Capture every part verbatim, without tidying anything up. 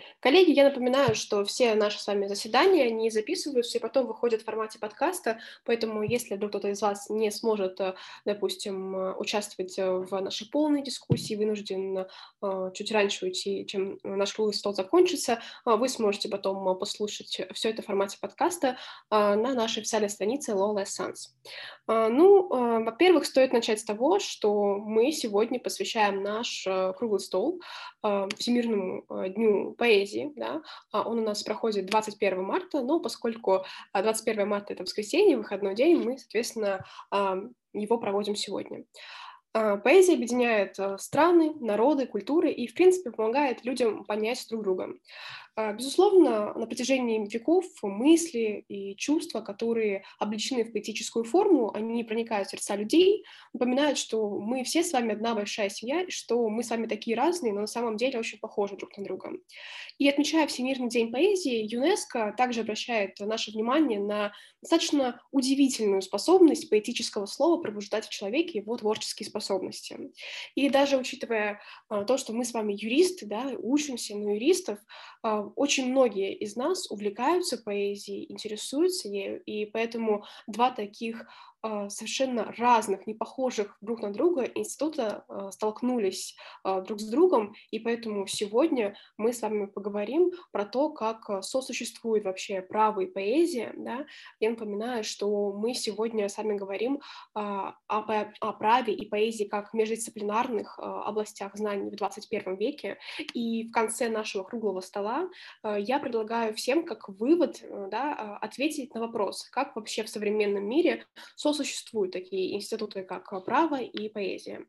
Коллеги, я напоминаю, что все наши с вами заседания, они записываются и потом выходят в формате подкаста, поэтому если вдруг кто-то из вас не сможет, э, допустим, э, участвовать э, в нашей полной дискуссии, вынужден э, чуть раньше уйти, чем наш круглый стол закончится, э, вы сможете потом э, послушать все это в формате подкаста э, на нашей официальной странице Law Lessons. А, Ну, э, во-первых, стоит начать с того, что мы сегодня посвящаем наш э, круглый стол а, Всемирному э, дню поэзии, да. А, Он у нас проходит двадцать первого марта, но поскольку а, двадцать первого марта — это воскресенье, выходной день, мы, соответственно, а, его проводим сегодня. А, Поэзия объединяет э, страны, народы, культуры и, в принципе, помогает людям понять друг друга. А, Безусловно, на протяжении веков мысли и чувства, которые облечены в поэтическую форму, они проникают в сердца людей, напоминают, что мы все с вами одна большая семья, и что мы с вами такие разные, но на самом деле очень похожи друг на друга. И отмечая Всемирный день поэзии, ЮНЕСКО также обращает наше внимание на достаточно удивительную способность поэтического слова пробуждать в человеке его творческие способности. И даже учитывая а, то, что мы с вами юристы, да, учимся на юристов, а, очень многие из нас увлекаются поэзией, интересуются ею, и поэтому два таких а, совершенно разных, не похожих друг на друга института а, столкнулись а, друг с другом, и поэтому сегодня мы с вами поговорим про то, как а, сосуществует вообще право и поэзия. Да? Я напоминаю, что мы сегодня с вами говорим а, о, пра- о праве и поэзии как междисциплинарных а, областях знаний в двадцать первом веке, и в конце нашего круглого стола э, я предлагаю всем как вывод э, да, а, ответить на вопрос, как вообще в современном мире сосуществуют такие институты, как э, право и поэзия.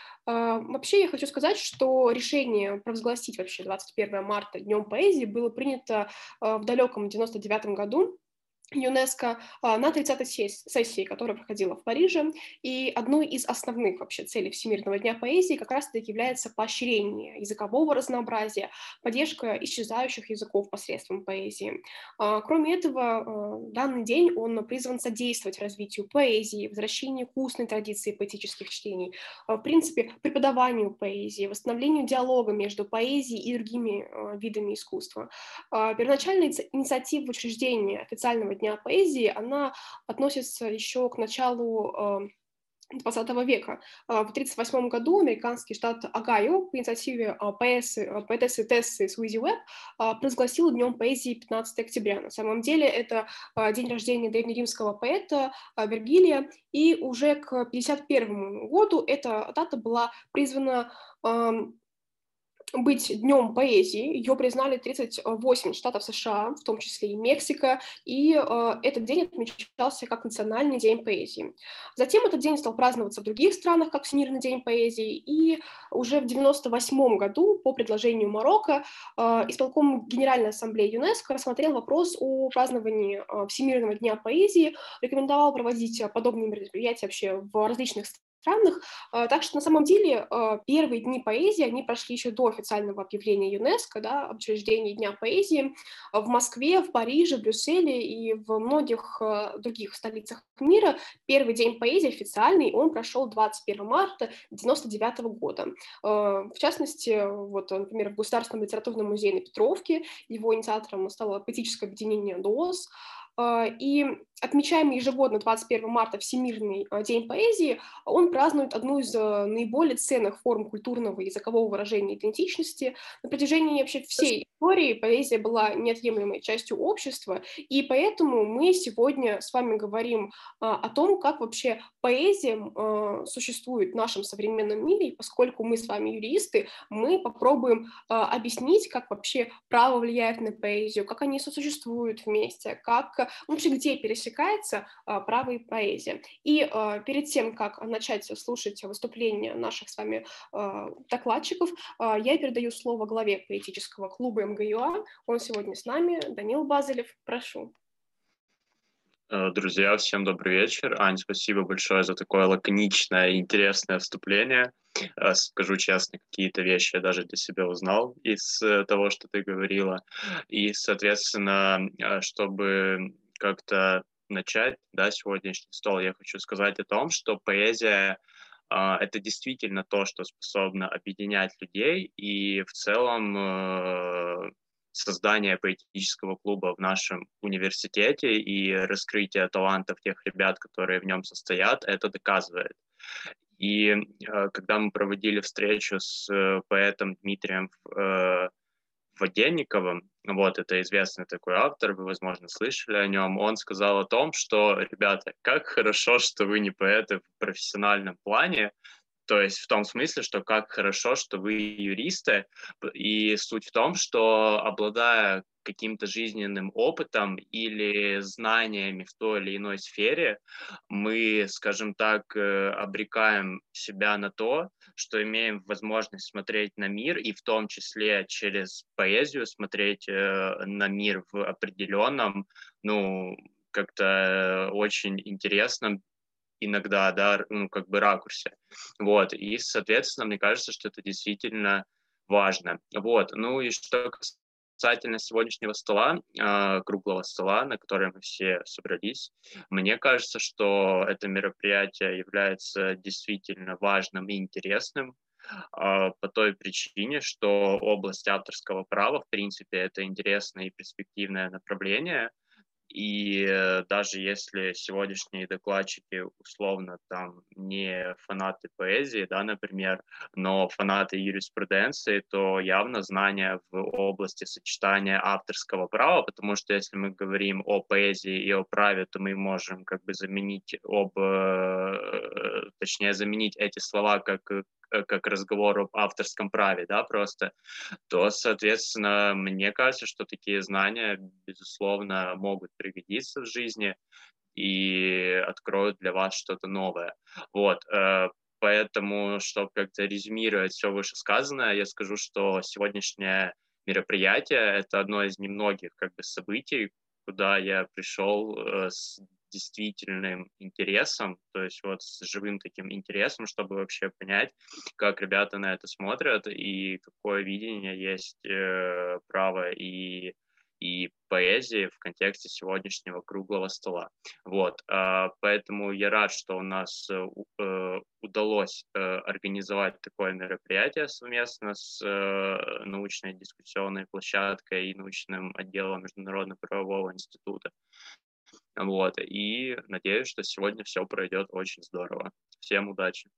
А, Вообще я хочу сказать, что решение провозгласить вообще двадцать первого марта Днем поэзии было принято э, в далеком девяносто девятом году ЮНЕСКО а, на тридцатой сессии, которая проходила в Париже. И одной из основных вообще целей Всемирного дня поэзии как раз-таки является поощрение языкового разнообразия, поддержка исчезающих языков посредством поэзии. А, Кроме этого, а, данный день он призван содействовать развитию поэзии, возвращению к устной традиции поэтических чтений, а, в принципе, преподаванию поэзии, восстановлению диалога между поэзией и другими а, видами искусства. А, Первоначальная иници- инициатива учреждения официального дня поэзии, она относится еще к началу а, двадцатого века. А, В тридцать восьмом году американский штат Огайо по инициативе а, поэсы, а, поэтессы Тессы Суизи Уэбб а, провозгласил Днем поэзии пятнадцатого октября. На самом деле это а, день рождения древнеримского поэта а, Вергилия, и уже к пятьдесят первому году эта дата была призвана ам, быть днем поэзии. Ее признали тридцать восемь штатов США, в том числе и Мексика, и э, этот день отмечался как Национальный день поэзии. Затем этот день стал праздноваться в других странах, как Всемирный день поэзии, и уже в девяносто восьмом году по предложению Марокко э, исполком Генеральной ассамблеи ЮНЕСКО рассмотрел вопрос о праздновании э, Всемирного дня поэзии, рекомендовал проводить э, подобные мероприятия вообще в различных странах. А, Так что на самом деле а, первые дни поэзии, они прошли еще до официального объявления ЮНЕСКО, да, об учреждении Дня поэзии а, в Москве, в Париже, в Брюсселе и в многих а, других столицах мира. Первый день поэзии официальный, он прошел двадцать первого марта девяносто девятого года. А, В частности, вот, например, в Государственном литературном музее на Петровке его инициатором стало поэтическое объединение ДОС. А, И отмечаемый ежегодно двадцать первого марта Всемирный а, день поэзии, он празднует одну из э, наиболее ценных форм культурного и языкового выражения идентичности. На протяжении вообще всей истории поэзия была неотъемлемой частью общества, и поэтому мы сегодня с вами говорим а, о том, как вообще поэзия а, существует в нашем современном мире, и поскольку мы с вами юристы, мы попробуем а, объяснить, как вообще право влияет на поэзию, как они сосуществуют вместе, как а, вообще где пересекается а, право и поэзия. И э, перед тем, как начать слушать выступления наших с вами э, докладчиков, э, я передаю слово главе поэтического клуба МГЮА. Он сегодня с нами, Данил Базелев. Прошу. Э, Друзья, всем добрый вечер. Ань, спасибо большое за такое лаконичное и интересное вступление. Э, Скажу честно, какие-то вещи я даже для себя узнал из э, того, что ты говорила. И, соответственно, э, чтобы как-то начать, да, сегодняшний стол, я хочу сказать о том, что поэзия а, это действительно то, что способно объединять людей, и в целом э, создание поэтического клуба в нашем университете и раскрытие талантов тех ребят, которые в нем состоят, это доказывает. И э, когда мы проводили встречу с э, поэтом Дмитрием э, Воденниковым, вот, это известный такой автор, вы, возможно, слышали о нем, он сказал о том, что, ребята, как хорошо, что вы не поэты в профессиональном плане, то есть в том смысле, что как хорошо, что вы юристы, и суть в том, что обладая каким-то жизненным опытом или знаниями в той или иной сфере, мы, скажем так, э, обрекаем себя на то, что имеем возможность смотреть на мир, и в том числе через поэзию смотреть э, на мир в определенном, ну, как-то э, очень интересном, иногда, да, ну, как бы ракурсе. Вот, и, соответственно, мне кажется, что это действительно важно. Вот, ну и что касательно сегодняшнего стола, э, круглого стола, на котором мы все собрались, мне кажется, что это мероприятие является действительно важным и интересным, э, по той причине, что область авторского права, в принципе, это интересное и перспективное направление. И э, даже если сегодняшние докладчики условно там не фанаты поэзии, да, например, но фанаты юриспруденции, то явно знания в области сочетания авторского права, потому что если мы говорим о поэзии и о праве, то мы можем как бы заменить об, э, точнее заменить эти слова как как разговор об авторском праве, да, просто, то, соответственно, мне кажется, что такие знания, безусловно, могут пригодиться в жизни и откроют для вас что-то новое. Вот, э, поэтому, чтобы как-то резюмировать все вышесказанное, я скажу, что сегодняшнее мероприятие — это одно из немногих как бы событий, куда я пришел э, с действительным интересом, то есть вот с живым таким интересом, чтобы вообще понять, как ребята на это смотрят и какое видение есть э, права и, и поэзии в контексте сегодняшнего круглого стола. Вот, э, поэтому я рад, что у нас э, э, удалось э, организовать такое мероприятие совместно с э, научной дискуссионной площадкой и научным отделом Международно-правового института. Вот, и надеюсь, что сегодня все пройдет очень здорово. Всем удачи!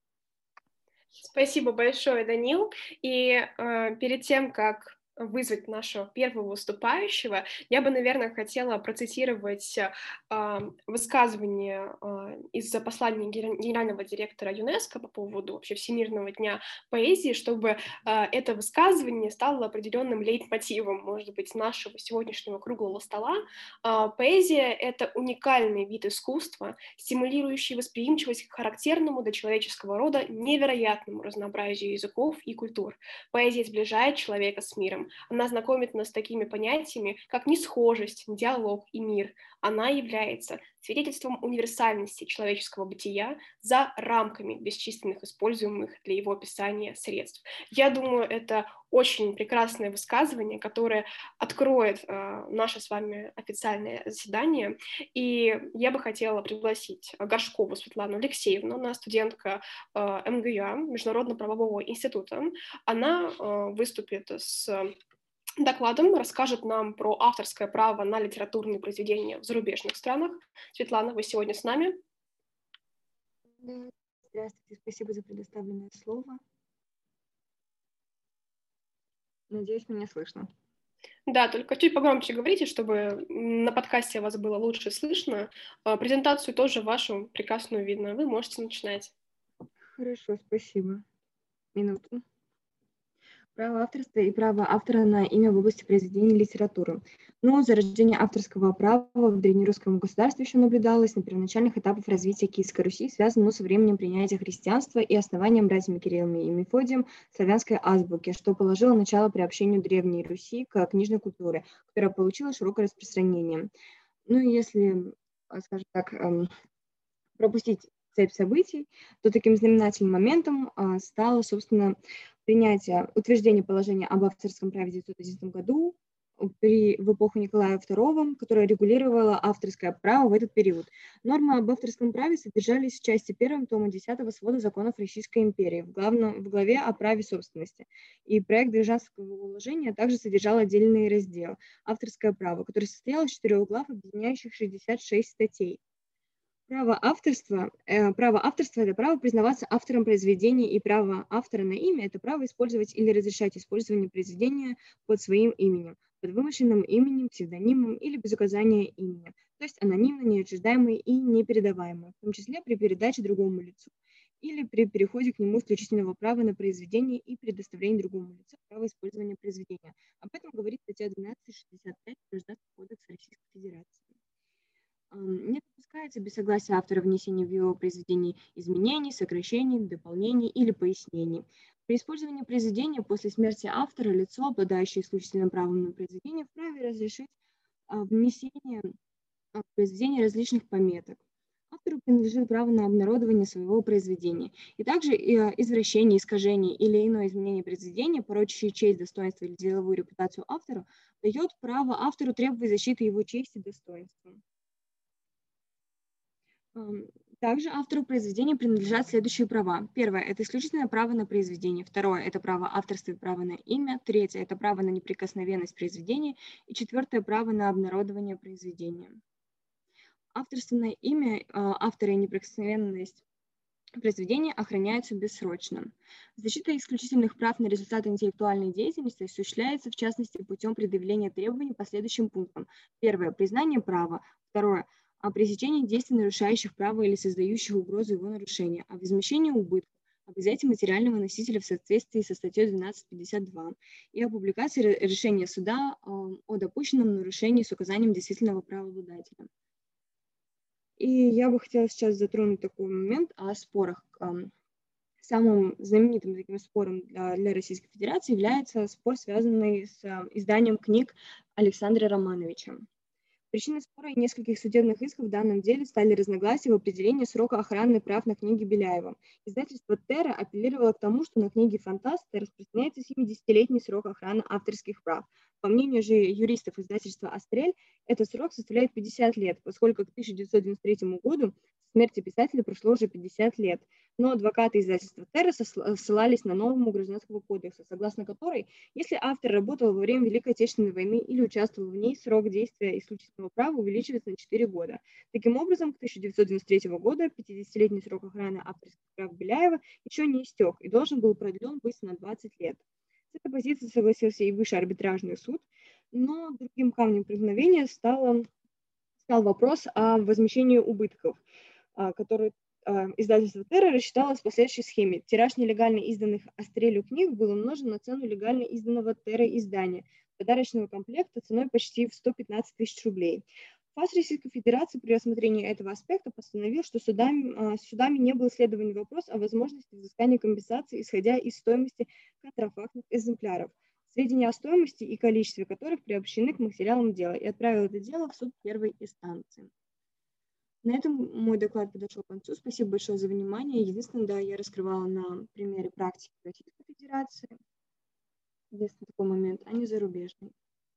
Спасибо большое, Данил. И э, перед тем, как вызвать нашего первого выступающего, я бы, наверное, хотела процитировать э, высказывание э, из послания генерального директора ЮНЕСКО по поводу вообще Всемирного дня поэзии, чтобы э, это высказывание стало определенным лейтмотивом, может быть, нашего сегодняшнего круглого стола. Э, поэзия — это уникальный вид искусства, стимулирующий восприимчивость к характерному для человеческого рода невероятному разнообразию языков и культур. Поэзия сближает человека с миром. Она знакомит нас с такими понятиями, как несхожесть, диалог и мир. Она является свидетельством универсальности человеческого бытия за рамками бесчисленных используемых для его описания средств. Я думаю, это очень прекрасное высказывание, которое откроет э, наше с вами официальное заседание. И я бы хотела пригласить Горшкову Светлану Алексеевну, она студентка э, эм гэ ю а, Международно-правового института. Она э, выступит с докладом, расскажет нам про авторское право на литературные произведения в зарубежных странах. Светлана, вы сегодня с нами? Да, здравствуйте, спасибо за предоставленное слово. Надеюсь, меня слышно. Да, только чуть погромче говорите, чтобы на подкасте вас было лучше слышно. Презентацию тоже вашу прекрасную видно. Вы можете начинать. Хорошо, спасибо. Минуту. Право авторства и право автора на имя в области произведения литературы. Но зарождение авторского права в древнерусском государстве еще наблюдалось на первоначальных этапах развития Киевской Руси, связанном со временем принятия христианства и основанием братьями Кириллом и Мефодием славянской азбуки, что положило начало приобщению Древней Руси к книжной культуре, которая получила широкое распространение. Ну и если, скажем так, пропустить цепь событий, то таким знаменательным моментом стало, собственно, принятие, утверждение положения об авторском праве в тысяча девятьсот одиннадцатом году при, в эпоху Николая второго, которая регулировала авторское право в этот период. Нормы об авторском праве содержались в части первой тома десятого свода законов Российской империи в, главном, в главе о праве собственности. И проект Гражданского уложения также содержал отдельный раздел «Авторское право», который состоял из четырех глав, объединяющих шестьдесят шесть статей. Право авторства, э, право авторства – это право признаваться автором произведения, и право автора на имя – это право использовать или разрешать использование произведения под своим именем, под вымышленным именем, псевдонимом или без указания имени, то есть анонимно, неотчуждаемый и непередаваемый, в том числе при передаче другому лицу или при переходе к нему исключительного права на произведение и предоставлении другому лицу права использования произведения. Об этом говорит статья двенадцать шестьдесят пять Гражданского кодекса Российской Федерации. Не допускается без согласия автора внесения в его произведение изменений, сокращений, дополнений или пояснений. При использовании произведения после смерти автора лицо, обладающее исключительным правом на произведение, вправе разрешить внесение в произведение различных пометок. Автору принадлежит право на обнародование своего произведения. И также извращение, искажение или иное изменение произведения, порочащее честь, достоинство или деловую репутацию автора, дает право автору требовать защиты его чести и достоинства. Также автору произведения принадлежат следующие права. Первое – это исключительное право на произведение. Второе – это право авторства и право на имя. Третье – это право на неприкосновенность произведения. И четвертое – право на обнародование произведения. Авторство на имя автора и неприкосновенность произведения охраняются бессрочно. Защита исключительных прав на результаты интеллектуальной деятельности осуществляется, в частности, путем предъявления требований по следующим пунктам. Первое – признание права. Второе – о пресечении действий, нарушающих право или создающих угрозу его нарушения, о возмещении убытков, об изъятии материального носителя в соответствии со статьей двенадцать пятьдесят два и о публикации решения суда о допущенном нарушении с указанием действительного правообладателя. И я бы хотела сейчас затронуть такой момент о спорах. Самым знаменитым таким спором для, для Российской Федерации является спор, связанный с изданием книг Александра Романовича. Причиной спора и нескольких судебных исков в данном деле стали разногласия в определении срока охраны прав на книги Беляева. Издательство «Терра» апеллировало к тому, что на книги «Фантаста» распространяется семидесятилетний срок охраны авторских прав. По мнению же юристов издательства «Астрель», этот срок составляет пятьдесят лет, поскольку к тысяча девятьсот девяносто третьему году со смерти писателя прошло уже пятьдесят лет. Но адвокаты издательства «Терра» ссылались на норму Гражданского кодекса, согласно которой, если автор работал во время Великой Отечественной войны или участвовал в ней, срок действия исключительного права увеличивается на четыре года. Таким образом, к тысяча девятьсот девяносто третьему году пятидесятилетний срок охраны авторских прав Беляева еще не истек и должен был продлен быть на двадцать лет. С этой позицией согласился и Высший арбитражный суд, но другим камнем преткновения стал, стал вопрос о возмещении убытков, который издательство «Терра» рассчиталось по следующей схеме. Тираж нелегально изданных Астрелю книг был умножен на цену легально изданного «Терра» издания, подарочного комплекта ценой почти в сто пятнадцать тысяч рублей. ФАС Российской Федерации при рассмотрении этого аспекта постановил, что судами, судами не был исследован вопрос о возможности взыскания компенсации, исходя из стоимости контрафактных экземпляров, сведения о стоимости и количестве которых приобщены к материалам дела, и отправил это дело в суд первой инстанции. На этом мой доклад подошел к концу. Спасибо большое за внимание. Единственное, да, я раскрывала на примере практики Российской Федерации. Единственный такой момент, а не зарубежный.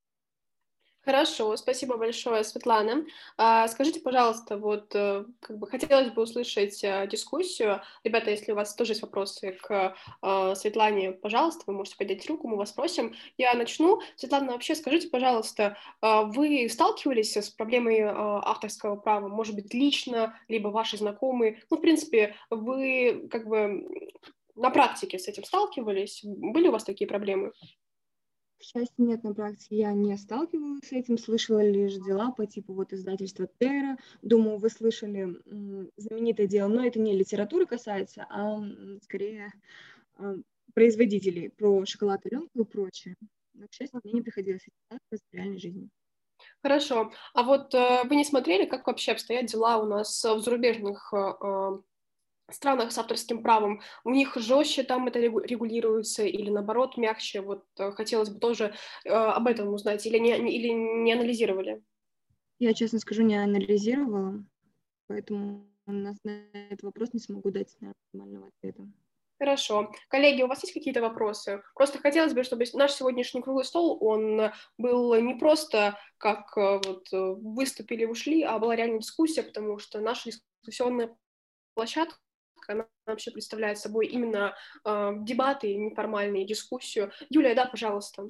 Хорошо, спасибо большое, Светлана. А, скажите, пожалуйста, вот как бы хотелось бы услышать дискуссию. Ребята, если у вас тоже есть вопросы к а, Светлане, пожалуйста, вы можете поднять руку, мы вас спросим. Я начну. Светлана, вообще скажите, пожалуйста, а, вы сталкивались с проблемой а, авторского права, может быть, лично, либо ваши знакомые? Ну, в принципе, вы как бы на практике с этим сталкивались? Были у вас такие проблемы? К счастью, нет, на практике я не сталкивалась с этим, слышала лишь дела по типу вот издательства «Терра». Думаю, вы слышали м, знаменитое дело, но это не литературы касается, а м, скорее а, производителей про шоколад, Аленку и прочее. Но, к счастью, мне не приходилось это сталкиваться в реальной жизни. Хорошо. А вот э, вы не смотрели, как вообще обстоят дела у нас в зарубежных э, странах с авторским правом? У них жестче там это регулируется или наоборот мягче? Вот хотелось бы тоже э, об этом узнать или не, или не анализировали? Я, честно скажу, не анализировала, поэтому на этот вопрос не смогу дать нормального ответа. Хорошо. Коллеги, у вас есть какие-то вопросы? Просто хотелось бы, чтобы наш сегодняшний круглый стол, он был не просто как э, вот э, выступили и ушли, а была реальная дискуссия, потому что наша дискуссионная площадка, она вообще представляет собой именно э, дебаты, неформальные, дискуссию. Юлия, да, пожалуйста.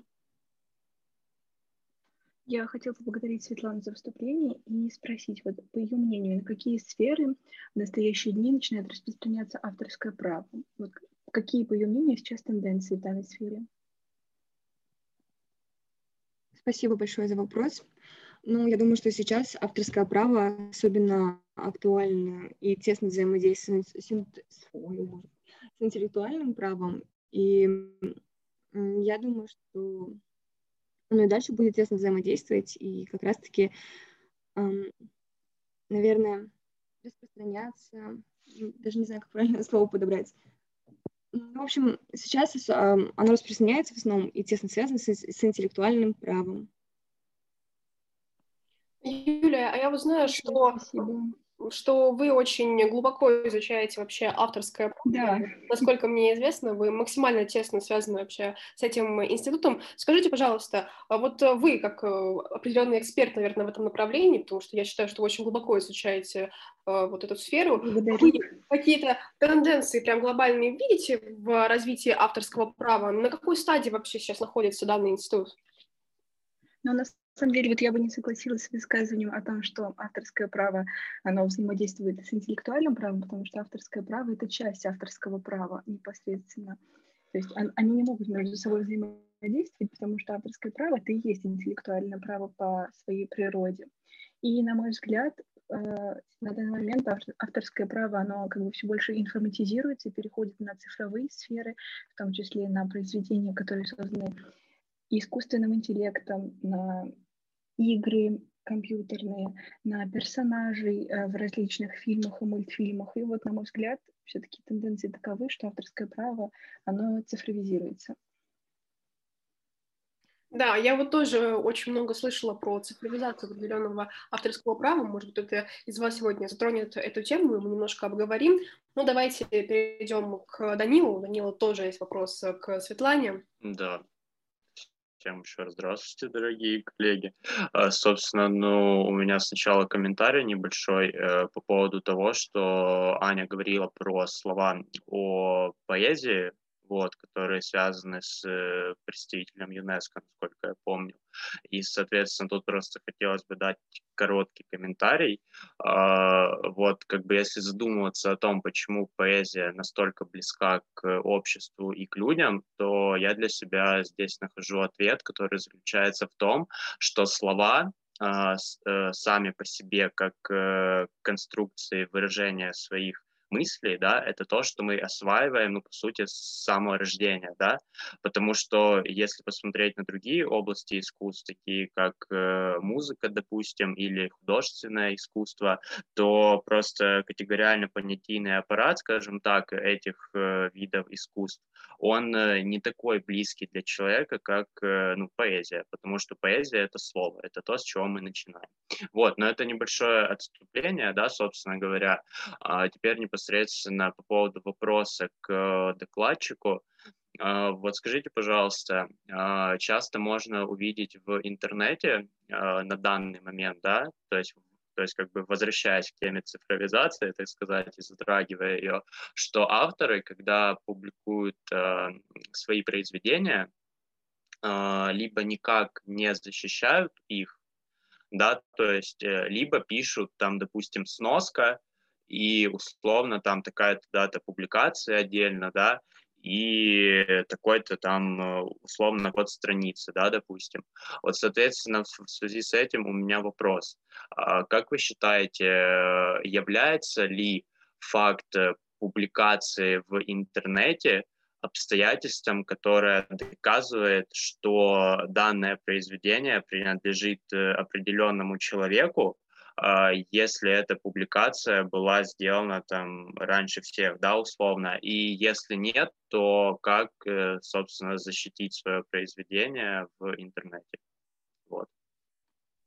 Я хотела поблагодарить Светлану за выступление и спросить, вот, по ее мнению, на какие сферы в настоящие дни начинает распространяться авторское право? Вот, какие, по ее мнению, сейчас тенденции в данной сфере? Спасибо большое за вопрос. Ну, я думаю, что сейчас авторское право особенно актуально и тесно взаимодействует с, с, ой, с интеллектуальным правом. И я думаю, что оно и дальше будет тесно взаимодействовать и как раз-таки, эм, наверное, распространяться, даже не знаю, как правильное слово подобрать. В общем, сейчас эм, оно распространяется в основном и тесно связано с, с интеллектуальным правом. Юлия, а я вот знаю, что, что вы очень глубоко изучаете вообще авторское право. Да. Насколько мне известно, вы максимально тесно связаны вообще с этим институтом. Скажите, пожалуйста, а вот вы, как определенный эксперт, наверное, в этом направлении, потому что я считаю, что вы очень глубоко изучаете uh, вот эту сферу, вы какие-то тенденции прям глобальные видите в развитии авторского права? На какой стадии вообще сейчас находится данный институт? Ну, на самом деле, вот я бы не согласилась с высказыванием о том, что авторское право, оно взаимодействует с интеллектуальным правом, потому что авторское право — это часть авторского права непосредственно. То есть они не могут между собой взаимодействовать, потому что авторское право — это и есть интеллектуальное право по своей природе. И, на мой взгляд, на данный момент авторское право, оно как бы все больше информатизируется и переходит на цифровые сферы, в том числе на произведения, которые созданы искусственным интеллектом, на игры компьютерные, на персонажей в различных фильмах и мультфильмах. И вот, на мой взгляд, все-таки тенденции таковы, что авторское право, оно цифровизируется. Да, я вот тоже очень много слышала про цифровизацию определенного авторского права. Может быть, кто-то из вас сегодня затронет эту тему, и мы немножко обговорим. Ну, давайте перейдем к Данилу. У Данила тоже есть вопрос к Светлане. Да. Всем еще раз здравствуйте, дорогие коллеги. А, собственно, ну, у меня сначала комментарий небольшой э, по поводу того, что Аня говорила про слова о поэзии, вот, которые связаны с э, представителем ЮНЕСКО, насколько я помню. И, соответственно, тут просто хотелось бы дать короткий комментарий. А, вот, как бы, если задумываться о том, почему поэзия настолько близка к обществу и к людям, то я для себя здесь нахожу ответ, который заключается в том, что слова а, с, э, сами по себе, как э, конструкции выражения своих мыслей, да, это то, что мы осваиваем, ну, по сути, с самого рождения, да, потому что если посмотреть на другие области искусств, такие как э, музыка, допустим, или художественное искусство, то просто категориально понятийный аппарат, скажем так, этих э, видов искусств, он э, не такой близкий для человека, как э, ну, поэзия, потому что поэзия — это слово, это то, с чего мы начинаем. Вот, но это небольшое отступление, да, собственно говоря. А теперь непосредственно по поводу вопроса к докладчику. Вот скажите, пожалуйста, часто можно увидеть в интернете на данный момент, да, то есть, то есть как бы возвращаясь к теме цифровизации, так сказать, и затрагивая ее, что авторы, когда публикуют свои произведения, либо никак не защищают их, да, то есть либо пишут там, допустим, сноска, и условно там такая-то дата публикации отдельно, да, и такой-то там условно код страницы, да, допустим. Вот, соответственно, в связи с этим у меня вопрос. Как вы считаете, является ли факт публикации в интернете обстоятельством, которое доказывает, что данное произведение принадлежит определенному человеку, если эта публикация была сделана там раньше всех, да, условно, и если нет, то как, собственно, защитить свое произведение в интернете? Вот.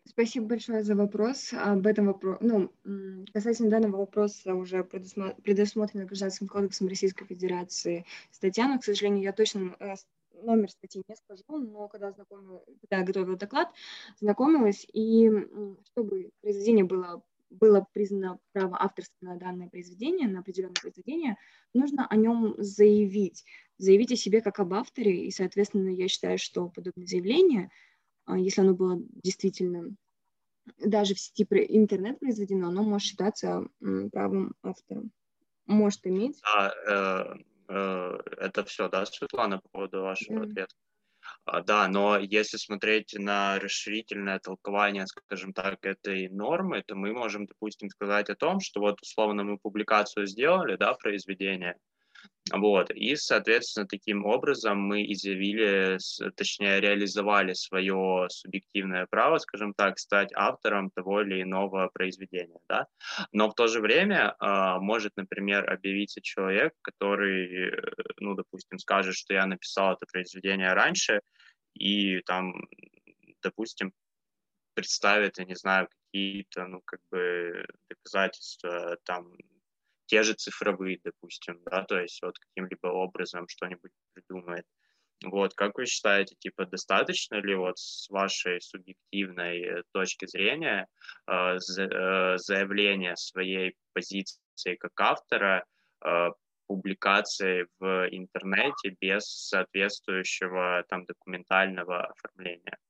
Спасибо большое за вопрос. Об этом вопросе, ну, м, касательно данного вопроса уже предусма- предусмотрено Гражданским кодексом Российской Федерации статья, но, к сожалению, я точно э, с- номер статьи не скажу, но когда, знакомила, когда я готовила доклад, знакомилась, и м, чтобы произведение было, было признано право авторства на данное произведение, на определенное произведение, нужно о нем заявить, заявить о себе как об авторе, и, соответственно, я считаю, что подобное заявление, а, если оно было действительно даже в сети про- интернет произведено, оно может считаться м, правом автора. Может иметь. Да, э, э, это все, да, Светлана, по поводу вашего Да. ответа? А, Да, но если смотреть на расширительное толкование, скажем так, этой нормы, то мы можем, допустим, сказать о том, что вот условно мы публикацию сделали, да, произведение, вот, и, соответственно, таким образом мы изъявили, с- точнее, реализовали свое субъективное право, скажем так, стать автором того или иного произведения, да. Но в то же время а, может, например, объявиться человек, который, э, ну, допустим, скажет, что я написал это произведение раньше, и там, допустим, представит, я не знаю, какие-то, ну, как бы доказательства, там, те же цифровые, допустим, да, то есть вот каким-либо образом что-нибудь придумает. Вот, как вы считаете, типа, достаточно ли вот с вашей субъективной э, точки зрения э, за- э, заявления своей позиции как автора, э, публикации в интернете без соответствующего там документального оформления?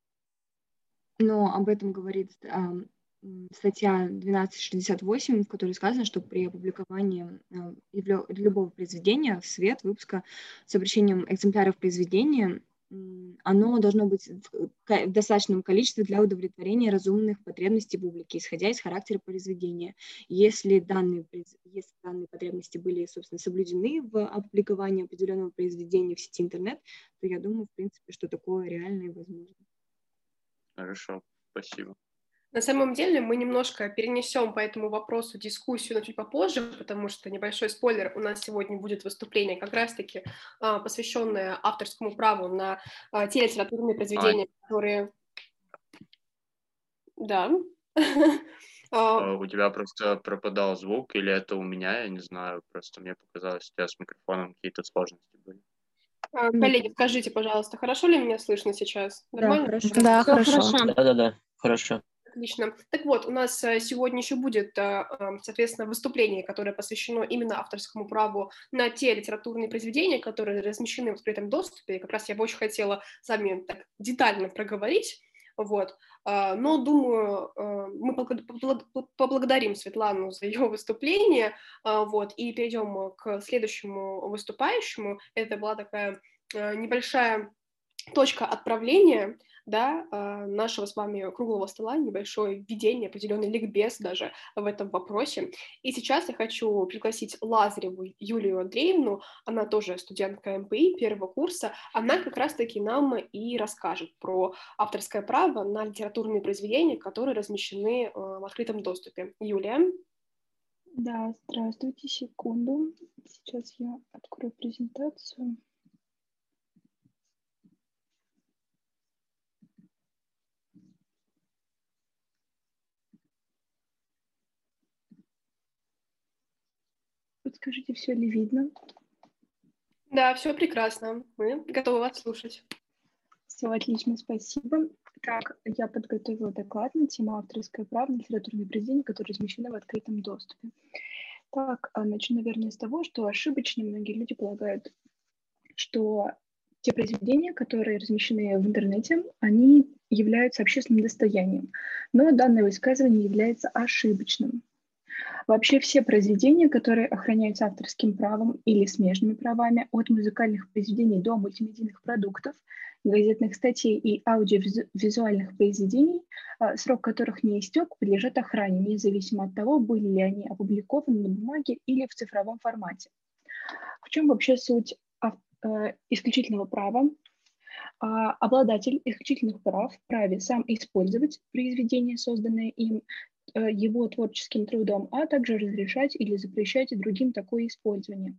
Но об этом говорит а, м, статья двенадцать шестьдесят восемь, в которой сказано, что при опубликовании а, явлё- любого произведения в свет выпуска с обращением экземпляров произведения, м, оно должно быть в ка- в достаточном количестве для удовлетворения разумных потребностей публики, исходя из характера произведения. Если данные, произ- если данные потребности были, собственно, соблюдены в опубликовании определенного произведения в сети интернет, то я думаю, в принципе, что такое реально и возможно. Хорошо, спасибо. На самом деле мы немножко перенесем по этому вопросу дискуссию на чуть попозже, потому что небольшой спойлер, у нас сегодня будет выступление как раз-таки а, посвященное авторскому праву на а, те литературные Ань, произведения, которые... Да. А, э, у тебя просто пропадал звук, или это у меня, я не знаю, просто мне показалось, у тебя с микрофоном какие-то сложности были. а, Нет, Коллеги, скажите, пожалуйста, хорошо ли меня слышно сейчас? да, Нормально? хорошо. Да, Все хорошо. хорошо. Да-да-да, хорошо. Отлично. Так вот, у нас э, сегодня еще будет, э, э, соответственно, выступление, которое посвящено именно авторскому праву на те литературные произведения, которые размещены в открытом доступе. И как раз я бы очень хотела с вами так детально проговорить. Вот. А, Но, думаю, э, мы поблаг- поблаг- поблагодарим Светлану за ее выступление, а, вот, и перейдем к следующему выступающему. Это была такая э, небольшая точка отправления, да, а, нашего с вами круглого стола, небольшое введение, определенный ликбез даже в этом вопросе. И сейчас я хочу пригласить Лазареву Юлию Андреевну, она тоже студентка эм пэ и первого курса, она как раз-таки нам и расскажет про авторское право на литературные произведения, которые размещены э, в открытом доступе. Юлия? Да, здравствуйте, секунду. Сейчас я открою презентацию. Подскажите, все ли видно? Да, все прекрасно, мы готовы вас слушать. Все отлично, спасибо. Так, я подготовила доклад на тему авторское право на литературные произведения, которые размещены в открытом доступе. Так, а, начну, наверное, с того, что ошибочно многие люди полагают, что те произведения, которые размещены в интернете, они являются общественным достоянием. Но данное высказывание является ошибочным. Вообще все произведения, которые охраняются авторским правом или смежными правами, от музыкальных произведений до мультимедийных продуктов, газетных статей и аудиовизуальных произведений, а, срок которых не истек, подлежат охране, независимо от того, были ли они опубликованы на бумаге или в цифровом формате. В чем вообще суть ав- э, исключительного права? А, Обладатель исключительных прав вправе сам использовать произведение, созданное им, его творческим трудом, а также разрешать или запрещать другим такое использование.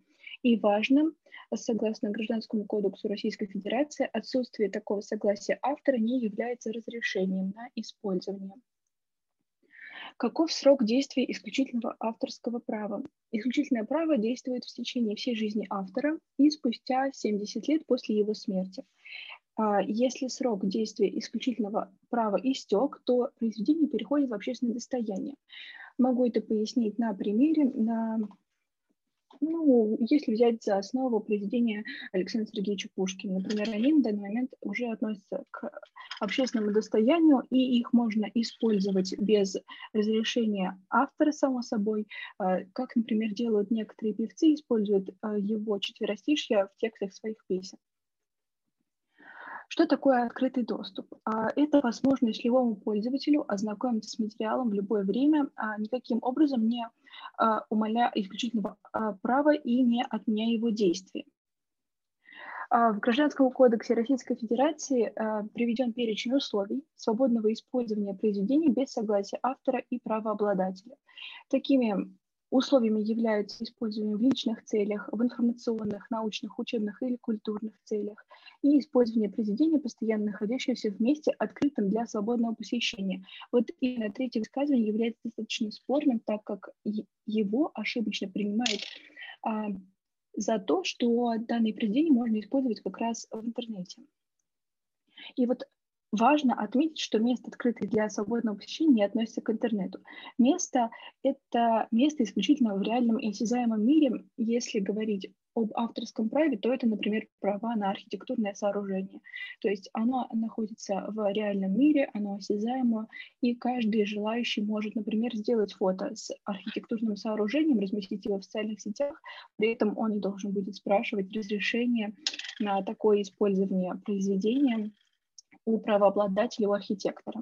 И важно, согласно Гражданскому кодексу Российской Федерации, отсутствие такого согласия автора не является разрешением на использование. Каков срок действия исключительного авторского права? Исключительное право действует в течение всей жизни автора и спустя семьдесят лет после его смерти. Если срок действия исключительного права истек, то произведение переходит в общественное достояние. Могу это пояснить на примере, на, ну, если взять за основу произведения Александра Сергеевича Пушкина. Например, они на данный момент уже относятся к общественному достоянию, и их можно использовать без разрешения автора, само собой, как, например, делают некоторые певцы, используют его четверостишья в текстах своих песен. Что такое открытый доступ? Это возможность любому пользователю ознакомиться с материалом в любое время, никаким образом не умаляя исключительного права и не отменяя его действия. В Гражданском кодексе Российской Федерации приведен перечень условий свободного использования произведений без согласия автора и правообладателя. Такими условиями являются использование в личных целях, в информационных, научных, учебных или культурных целях и использование произведений, постоянно находящихся в месте, открытом для свободного посещения. Вот именно третье высказывание является достаточно спорным, так как его ошибочно принимают а, за то, что данные произведения можно использовать как раз в интернете. И вот важно отметить, что место, открытое для свободного посещения, не относится к интернету. Место — это место исключительно в реальном и осязаемом мире. Если говорить об авторском праве, то это, например, права на архитектурное сооружение. То есть оно находится в реальном мире, оно осязаемо, и каждый желающий может, например, сделать фото с архитектурным сооружением, разместить его в социальных сетях, при этом он не должен будет спрашивать разрешение на такое использование произведения у правообладателя, у архитектора.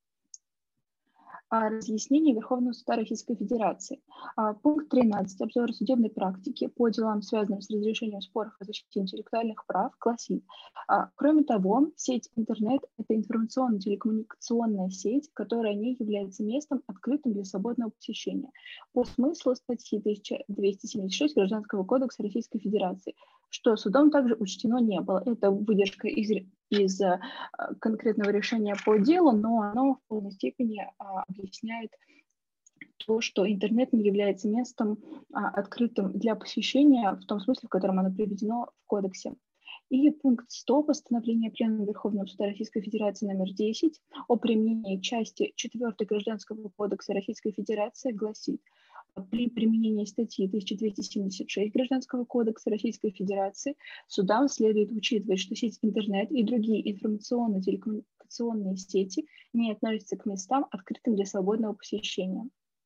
Разъяснение Верховного суда Российской Федерации. Пункт тринадцать. Обзор судебной практики по делам, связанным с разрешением споров о защите интеллектуальных прав, гласит: кроме того, сеть интернет — это информационно-телекоммуникационная сеть, которая не является местом, открытым для свободного посещения. По смыслу статьи тысяча двести семьдесят шесть Гражданского кодекса Российской Федерации, что судом также учтено не было. Это выдержка из, из а, конкретного решения по делу, но оно в полной степени а, объясняет то, что интернет не является местом а, открытым для посещения в том смысле, в котором оно приведено в кодексе. И пункт сто постановления Пленума Верховного суда Российской Федерации номер десять о применении части четвёртой Гражданского кодекса Российской Федерации гласит: при применении статьи тысяча двести семьдесят шесть Гражданского кодекса Российской Федерации судам следует учитывать, что сеть интернет и другие информационно-телекоммуникационные сети не относятся к местам, открытым для свободного посещения.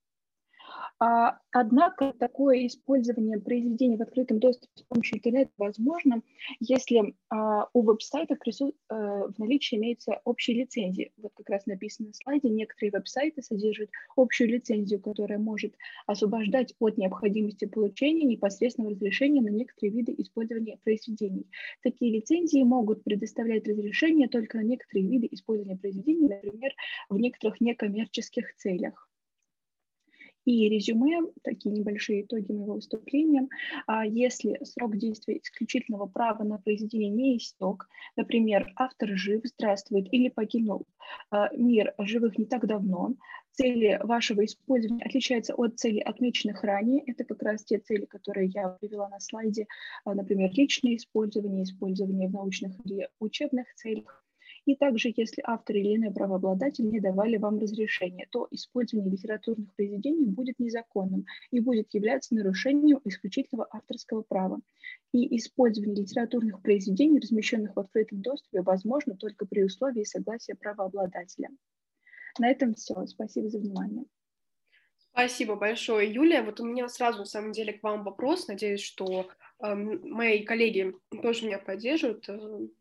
Однако такое использование произведений в открытом доступе с помощью интернета возможно, если у веб-сайтов в наличии имеются общие лицензии. Вот как раз написано на слайде, некоторые веб-сайты содержат общую лицензию, которая может освобождать от необходимости получения непосредственного разрешения на некоторые виды использования произведений. Такие лицензии могут предоставлять разрешение только на некоторые виды использования произведений, например, в некоторых некоммерческих целях. И резюме, такие небольшие итоги моего выступления. Если срок действия исключительного права на произведение не истек, например, автор жив, здравствует или покинул мир живых не так давно, цели вашего использования отличаются от целей, отмеченных ранее. Это как раз те цели, которые я привела на слайде, например, личное использование, использование в научных или учебных целях. И также, если автор или иной правообладатель не давали вам разрешения, то использование литературных произведений будет незаконным и будет являться нарушением исключительного авторского права. И использование литературных произведений, размещенных в открытом доступе, возможно только при условии согласия правообладателя. На этом все. Спасибо за внимание. Спасибо большое, Юлия. Вот у меня сразу, на самом деле, к вам вопрос. Надеюсь, что э, мои коллеги тоже меня поддержат.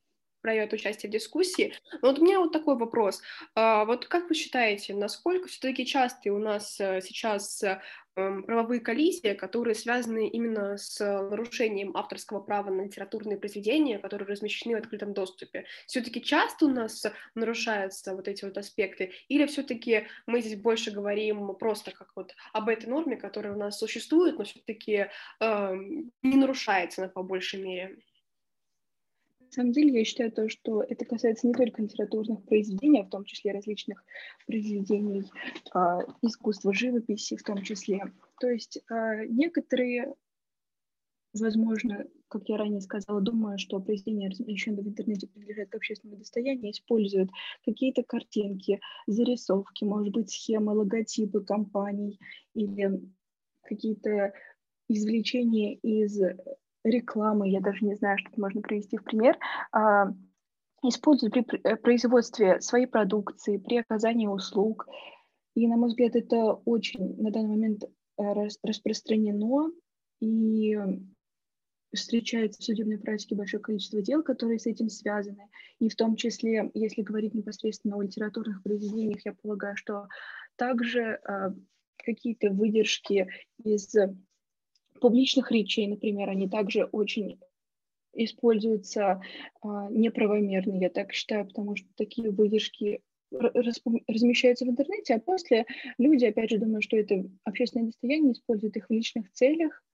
проявят участие в дискуссии. Но вот у меня вот такой вопрос. А, вот как вы считаете, насколько все-таки часто у нас э, сейчас э, эм, правовые коллизии, которые связаны именно с нарушением авторского права на литературные произведения, которые размещены в открытом доступе? Все-таки часто у нас нарушаются вот эти вот аспекты, или все-таки мы здесь больше говорим просто как вот об этой норме, которая у нас существует, но все-таки э, не нарушается она по большей мере? На самом деле, я считаю то, что это касается не только литературных произведений, а в том числе различных произведений э, искусства, живописи в том числе. То есть э, некоторые, возможно, как я ранее сказала, думая, что произведения, размещенные в интернете, принадлежат к общественному достоянию, используют какие-то картинки, зарисовки, может быть, схемы, логотипы компаний или какие-то извлечения из рекламы, я даже не знаю, что можно привести в пример, а, используют при производстве своей продукции, при оказании услуг. И, на мой взгляд, это очень на данный момент распространено, и встречается в судебной практике большое количество дел, которые с этим связаны. И в том числе, если говорить непосредственно о литературных произведениях, я полагаю, что также а, какие-то выдержки из публичных речей, например, они также очень используются а, неправомерно, я так считаю, потому что такие выдержки размещаются в интернете, а после люди, опять же, думают, что это общественное достояние, используют их в личных целях.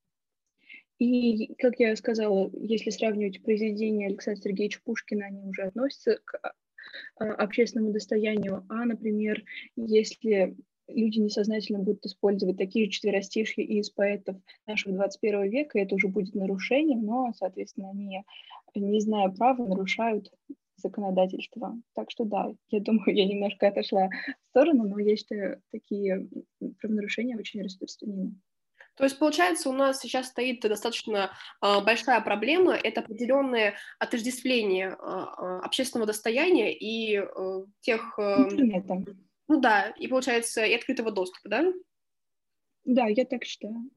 И, как я сказала, если сравнивать произведения Александра Сергеевича Пушкина, они уже относятся к общественному достоянию, а, например, если люди несознательно будут использовать такие же четверостишья из поэтов нашего двадцать первого века, это уже будет нарушением, но, соответственно, они, не зная права, нарушают законодательство. Так что да, я думаю, я немножко отошла в сторону, но я считаю, такие правонарушения очень распространены. То есть, получается, у нас сейчас стоит достаточно э, большая проблема, это определенное отождествление э, общественного достояния и э, тех... Э, Интернета. Ну да, и получается, и открытого доступа, да? Да, я так считаю.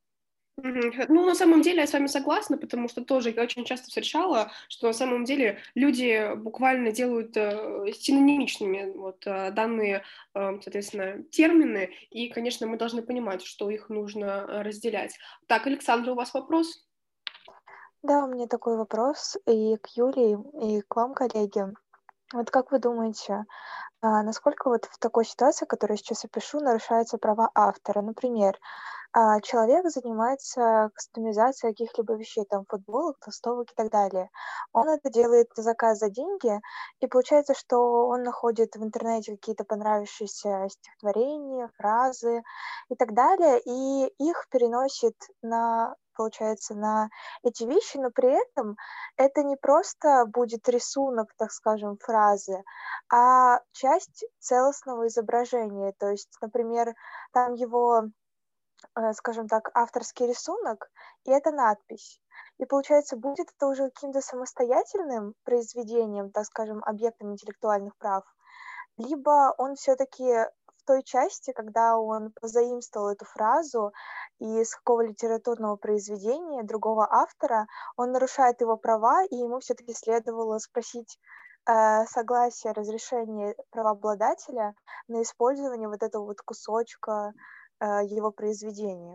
Ну, на самом деле, я с вами согласна, потому что тоже я очень часто встречала, что на самом деле люди буквально делают э, синонимичными вот э, данные, э, соответственно, термины, и, конечно, мы должны понимать, что их нужно разделять. Так, Александра, у вас вопрос? Да, у меня такой вопрос и к Юлии, и к вам, коллеги. Вот как вы думаете, а, насколько вот в такой ситуации, которую я сейчас опишу, нарушаются права автора? Например, а, человек занимается кастомизацией каких-либо вещей, там, футболок, толстовок и так далее. Он это делает на заказ за деньги, и получается, что он находит в интернете какие-то понравившиеся стихотворения, фразы и так далее, и их переносит на, получается, на эти вещи, но при этом это не просто будет рисунок, так скажем, фразы, а часть целостного изображения. То есть, например, там его, скажем так, авторский рисунок, и это надпись. И получается, будет это уже каким-то самостоятельным произведением, так скажем, объектом интеллектуальных прав, либо он все-таки в той части, когда он позаимствовал эту фразу из какого литературного произведения другого автора, он нарушает его права, и ему все-таки следовало спросить э, согласие, разрешение правообладателя на использование вот этого вот кусочка э, его произведения.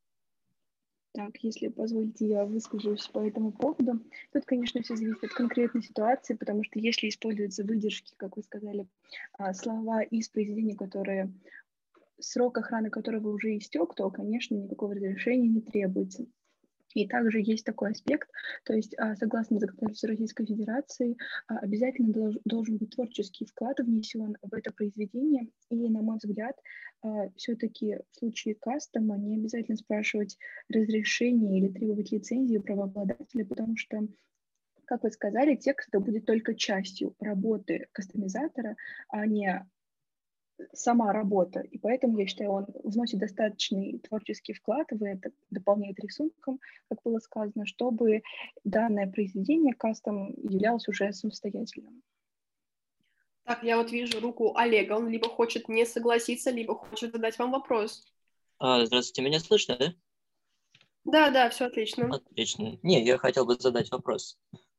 Так, если позволите, я выскажусь по этому поводу. Тут, конечно, все зависит от конкретной ситуации, потому что если используются выдержки, как вы сказали, слова из произведения, которые срок охраны которого уже истек, то, конечно, никакого разрешения не требуется. И также есть такой аспект, то есть, согласно законодательству Российской Федерации, обязательно долж, должен быть творческий вклад внесен в это произведение. И, на мой взгляд, все-таки в случае кастома не обязательно спрашивать разрешение или требовать лицензии у правообладателя, потому что, как вы сказали, текст это будет только частью работы кастомизатора, а не сама работа, и поэтому, я считаю, он вносит достаточный творческий вклад в это, дополняет рисунком, как было сказано, чтобы данное произведение кастом являлось уже самостоятельным. Так, я вот вижу руку Олега, он либо хочет не согласиться, либо хочет задать вам вопрос. А, здравствуйте, меня слышно, да? Да, да, все отлично. Отлично. Не, я хотел бы задать вопрос.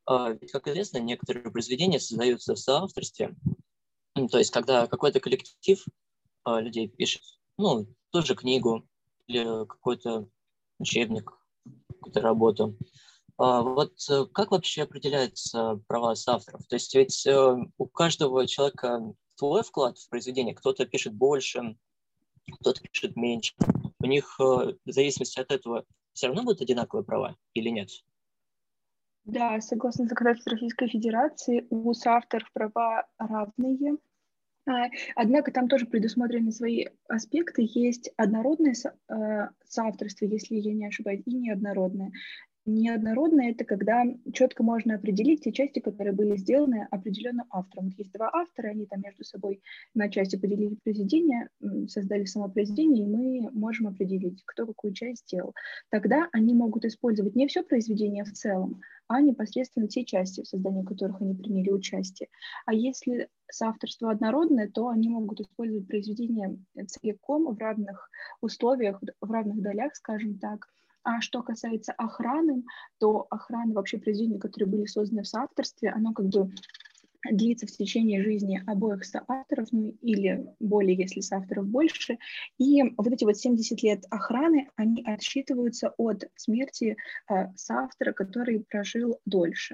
А, ведь, как известно, некоторые произведения создаются в соавторстве. Ну, то есть, когда какой-то коллектив а, людей пишет, ну, тоже книгу или какой-то учебник, какую-то работу. А вот э, как вообще определяются права соавторов? То есть ведь э, у каждого человека свой вклад в произведение. Кто-то пишет больше, кто-то пишет меньше. У них э, в зависимости от этого все равно будут одинаковые права или нет? Да, согласно законодательству Российской Федерации, у соавторов права равные. А, Однако там тоже предусмотрены свои аспекты. Есть однородное со- э, соавторство, если я не ошибаюсь, и неоднородное. Неоднородное — это когда четко можно определить те части, которые были сделаны определенным автором. Вот есть два автора, они там между собой на части поделили произведение, м, создали само произведение, и мы можем определить, кто какую часть сделал. Тогда они могут использовать не все произведение в целом, а непосредственно те части, в создании которых они приняли участие. А если соавторство однородное, то они могут использовать произведение целиком в равных условиях, в равных долях, скажем так. А что касается охраны, то охрана вообще произведений, которые были созданы в соавторстве, оно как бы длится в течение жизни обоих соавторов, ну или более, если соавторов больше. И вот эти вот семьдесят лет охраны, они отсчитываются от смерти э, соавтора, который прожил дольше.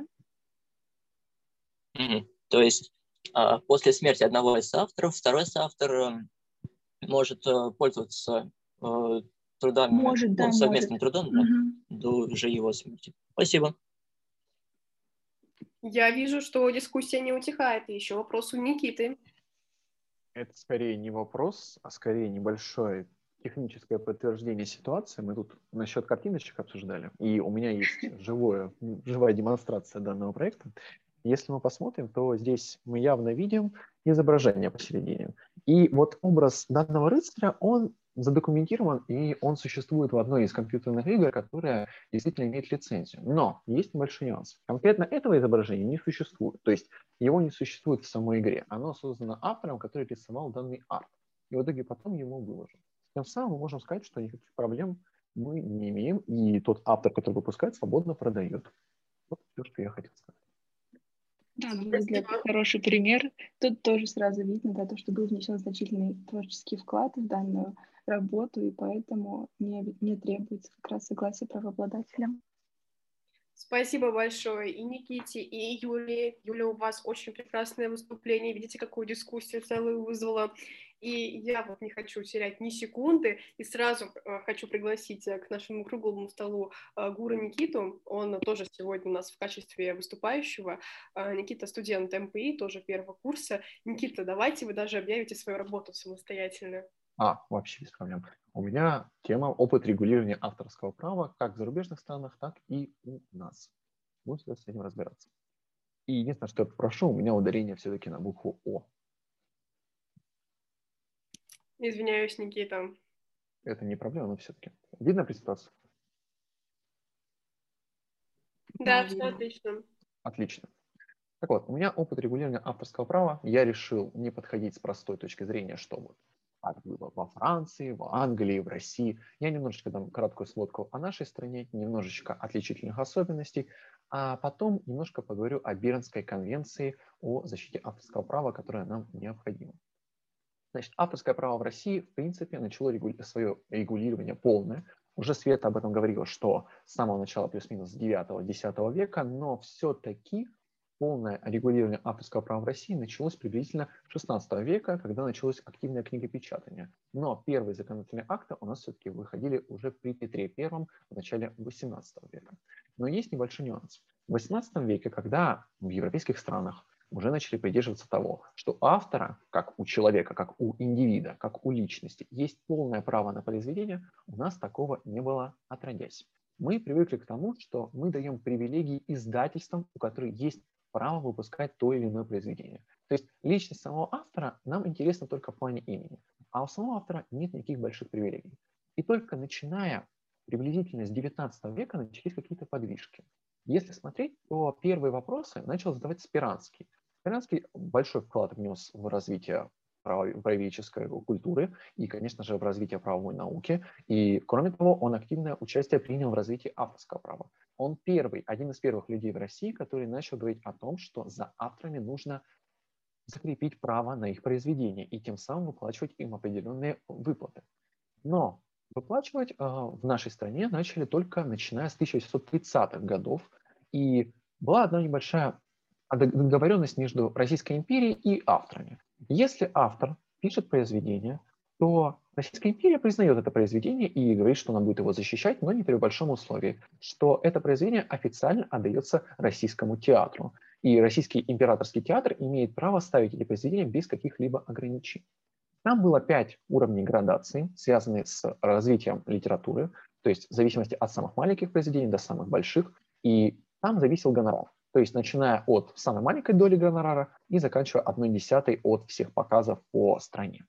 Мгм. То есть а, после смерти одного из соавторов второй соавтор э, может э, пользоваться э, трудами, Может, ну, да, совместным может. трудом, да, Мгм. до уже его смерти. Спасибо. Я вижу, что дискуссия не утихает. И еще вопрос у Никиты. Это скорее не вопрос, а скорее небольшое техническое подтверждение ситуации. Мы тут насчет картиночек обсуждали, и у меня есть живое, живая демонстрация данного проекта. Если мы посмотрим, то здесь мы явно видим изображение посередине. И вот образ данного рыцаря, он задокументирован, и он существует в одной из компьютерных игр, которая действительно имеет лицензию. Но есть небольшой нюанс. Конкретно этого изображения не существует. То есть его не существует в самой игре. Оно создано автором, который рисовал данный арт. И в итоге потом ему выложен. Тем самым мы можем сказать, что никаких проблем мы не имеем, и тот автор, который выпускает, свободно продает. Вот все, что я хотел сказать. Да, на мой взгляд, это хороший пример. Тут тоже сразу видно, да, то, что был внесен значительный творческий вклад в данную работу, и поэтому не, не требуется как раз согласие правообладателя. Спасибо большое и Никите, и Юле. Юля, у вас очень прекрасное выступление. Видите, какую дискуссию целую вызвала. И я вот не хочу терять ни секунды. И сразу э, хочу пригласить э, к нашему круглому столу э, Гура Никиту. Он тоже сегодня у нас в качестве выступающего. Э, Никита студент эм пэ и, тоже первого курса. Никита, давайте вы даже объявите свою работу самостоятельно. А, вообще без проблем. У меня тема опыт регулирования авторского права как в зарубежных странах, так и у нас. Будем с этим разбираться. И единственное, что я попрошу, у меня ударение все-таки на букву О. Извиняюсь, Никита. Это не проблема, но все-таки. Видно презентацию? Да, все отлично. Отлично. Так вот, у меня опыт регулирования авторского права. Я решил не подходить с простой точки зрения, что вот так было во Франции, в Англии, в России. Я немножечко дам краткую сводку о нашей стране, немножечко отличительных особенностей, а потом немножко поговорю о Бернской конвенции о защите авторского права, которая нам необходима. Значит, авторское право в России, в принципе, начало регули- свое регулирование полное. Уже Света об этом говорила, что с самого начала плюс-минус девятого-десятого века, но все-таки полное регулирование авторского права в России началось приблизительно шестнадцатого века, когда началось активное книгопечатание. Но первые законодательные акты у нас все-таки выходили уже при Петре Первом в начале восемнадцатого века. Но есть небольшой нюанс. В восемнадцатом веке, когда в европейских странах уже начали придерживаться того, что у автора, как у человека, как у индивида, как у личности, есть полное право на произведение, у нас такого не было отродясь. Мы привыкли к тому, что мы даем привилегии издательствам, у которых есть право выпускать то или иное произведение. То есть личность самого автора нам интересна только в плане имени, а у самого автора нет никаких больших привилегий. И только начиная приблизительно с девятнадцатого века начались какие-то подвижки. Если смотреть, то первые вопросы начал задавать Спиранский. Спиранский большой вклад внес в развитие правоведческой культуры и, конечно же, в развитии правовой науки. И, кроме того, он активное участие принял в развитии авторского права. Он первый, один из первых людей в России, который начал говорить о том, что за авторами нужно закрепить право на их произведение и тем самым выплачивать им определенные выплаты. Но выплачивать э, в нашей стране начали только начиная с тысяча восемьсот тридцатых годов, и была одна небольшая договоренность между Российской империей и авторами. Если автор пишет произведение, то Российская империя признает это произведение и говорит, что она будет его защищать, но не при большом условии, что это произведение официально отдается Российскому театру. И Российский императорский театр имеет право ставить эти произведения без каких-либо ограничений. Там было пять уровней градации, связанных с развитием литературы, то есть в зависимости от самых маленьких произведений до самых больших, и там зависел гонорар. То есть начиная от самой маленькой доли гонорара и заканчивая одной десятой от всех показов по стране.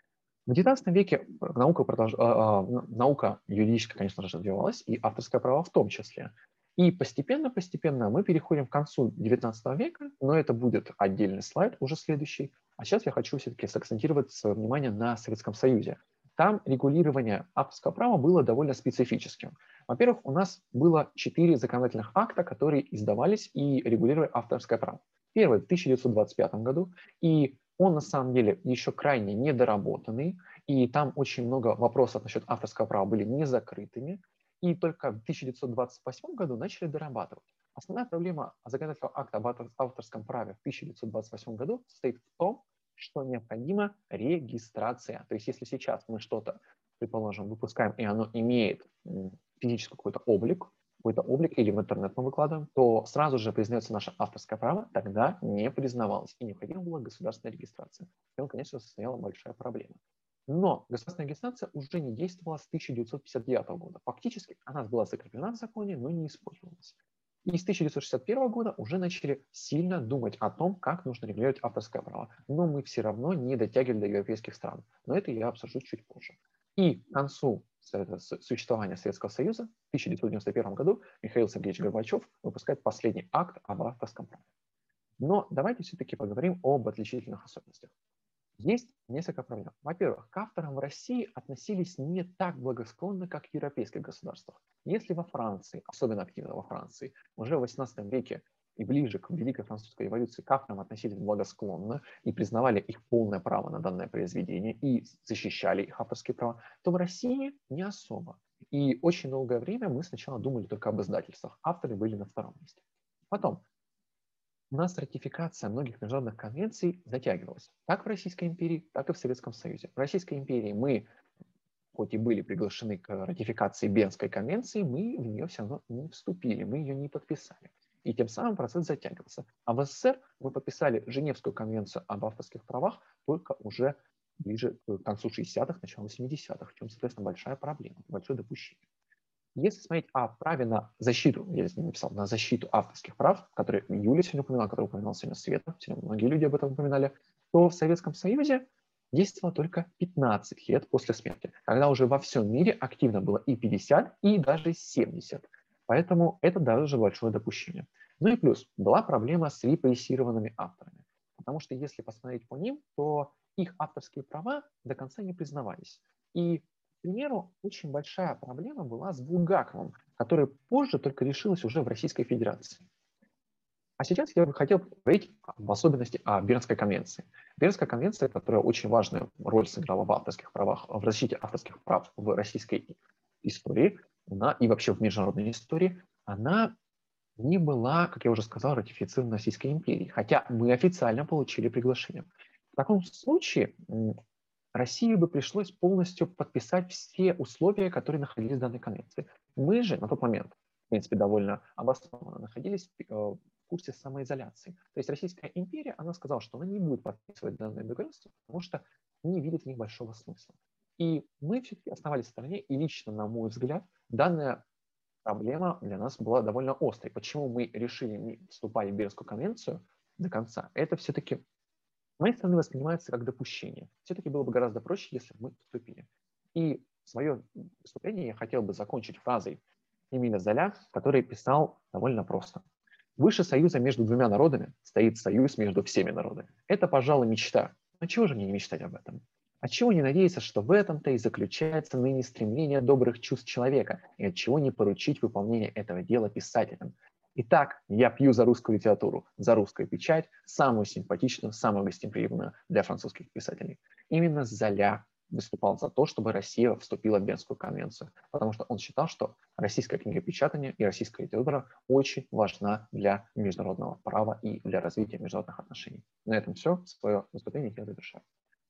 В девятнадцатом веке наука, продолж... наука юридическая, конечно же, развивалась, и авторское право в том числе. И постепенно-постепенно мы переходим к концу девятнадцатого века, но это будет отдельный слайд, уже следующий. А сейчас я хочу все-таки сакцентировать свое внимание на Советском Союзе. Там регулирование авторского права было довольно специфическим. Во-первых, у нас было четыре законодательных акта, которые издавались и регулировали авторское право. Первый в тысяча девятьсот двадцать пятом году, и он на самом деле еще крайне недоработанный, и там очень много вопросов насчет авторского права были не закрытыми, и только в тысяча девятьсот двадцать восьмом году начали дорабатывать. Основная проблема законодательного акта об авторском праве в тысяча девятьсот двадцать восьмом году состоит в том, что необходима регистрация. То есть если сейчас мы что-то, предположим, выпускаем, и оно имеет физический какой-то облик, какой-то облик или в интернет мы выкладываем, то сразу же признается наше авторское право, тогда не признавалось, и необходима была государственная регистрация. И он, конечно, состояла большая проблема. Но государственная регистрация уже не действовала с тысяча девятьсот пятьдесят девятого года. Фактически она была закреплена в законе, но не использовалась. И с тысяча девятьсот шестьдесят первого года уже начали сильно думать о том, как нужно регулировать авторское право. Но мы все равно не дотягивали до европейских стран. Но это я обсужу чуть позже. И к концу существования Советского Союза в тысяча девятьсот девяносто первом году Михаил Сергеевич Горбачев выпускает последний акт об авторском праве. Но давайте все-таки поговорим об отличительных особенностях. Есть несколько проблем. Во-первых, к авторам в России относились не так благосклонно, как в европейских государствах. Если во Франции, особенно активно во Франции, уже в восемнадцатом веке и ближе к Великой Французской революции к авторам относились благосклонно и признавали их полное право на данное произведение и защищали их авторские права, то в России не особо. И очень долгое время мы сначала думали только об издательствах. Авторы были на втором месте. Потом, у нас ратификация многих международных конвенций затягивалась. Как в Российской империи, так и в Советском Союзе. В Российской империи мы, хоть и были приглашены к ратификации Бернской конвенции, мы в нее все равно не вступили, мы ее не подписали. И тем самым процесс затягивался. А в СССР мы подписали Женевскую конвенцию об авторских правах только уже ближе к концу шестидесятых, началу семидесятых, в чем, соответственно, большая проблема, большое допущение. Если смотреть о праве на защиту, я здесь не написал, на защиту авторских прав, которые Юля сегодня упоминала, которые упоминал сегодня Света, сегодня многие люди об этом упоминали, то в Советском Союзе действовало только пятнадцать лет после смерти, когда уже во всем мире активно было и пятьдесят, и даже семьдесят. Поэтому это даже большое допущение. Ну и плюс, была проблема с репрессированными авторами. Потому что если посмотреть по ним, то их авторские права до конца не признавались. И, к примеру, очень большая проблема была с Булгаковым, который позже только решилась уже в Российской Федерации. А сейчас я бы хотел поговорить в особенности о Бернской конвенции. Бернская конвенция, которая очень важную роль сыграла в авторских правах, в защите авторских прав в российской истории, она, и вообще в международной истории, она не была, как я уже сказал, ратифицирована Российской империей, хотя мы официально получили приглашение. В таком случае России бы пришлось полностью подписать все условия, которые находились в данной конвенции. Мы же на тот момент, в принципе, довольно обоснованно находились в курсе самоизоляции. То есть Российская империя, она сказала, что она не будет подписывать данные договоренности, потому что не видит в них большого смысла. И мы все-таки оставались в стороне, и лично, на мой взгляд, данная проблема для нас была довольно острой. Почему мы решили не вступать в Бернскую конвенцию до конца? Это все-таки, с моей стороны, воспринимается как допущение. Все-таки было бы гораздо проще, если бы мы вступили. И свое выступление я хотел бы закончить фразой Эмиля Золя, который писал довольно просто. «Выше союза между двумя народами стоит союз между всеми народами. Это, пожалуй, мечта, А чего же мне не мечтать об этом? От чего не надеяться, что в этом-то и заключается ныне стремление добрых чувств человека, и от чего не поручить выполнение этого дела писателям? Итак, я пью за русскую литературу, за русскую печать, самую симпатичную, самую гостеприимную для французских писателей. Именно Золя выступал за то, чтобы Россия вступила в Венскую конвенцию, потому что он считал, что российское книгопечатание и российская литература очень важна для международного права и для развития международных отношений. На этом все. Свое выступление я завершаю.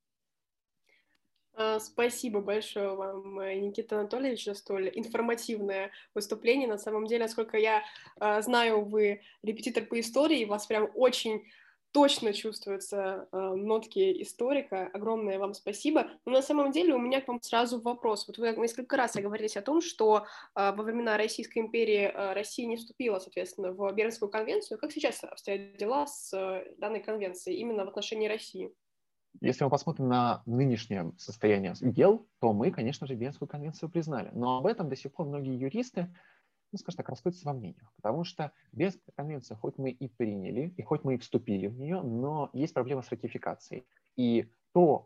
Спасибо большое вам, Никита Анатольевич, за столь информативное выступление. На самом деле, насколько я знаю, вы репетитор по истории, у вас прям очень точно чувствуются нотки историка. Огромное вам спасибо. Но на самом деле у меня к вам сразу вопрос. Вот вы несколько раз оговорились о том, что во времена Российской империи Россия не вступила, соответственно, в Бернскую конвенцию. Как сейчас обстоят дела с данной конвенцией именно в отношении России? Если мы посмотрим на нынешнее состояние дел, то мы, конечно же, Венскую конвенцию признали. Но об этом до сих пор многие юристы, ну, скажем так, расходятся во мнениях. Потому что Венская конвенция, хоть мы и приняли, и хоть мы и вступили в нее, но есть проблема с ратификацией. И то,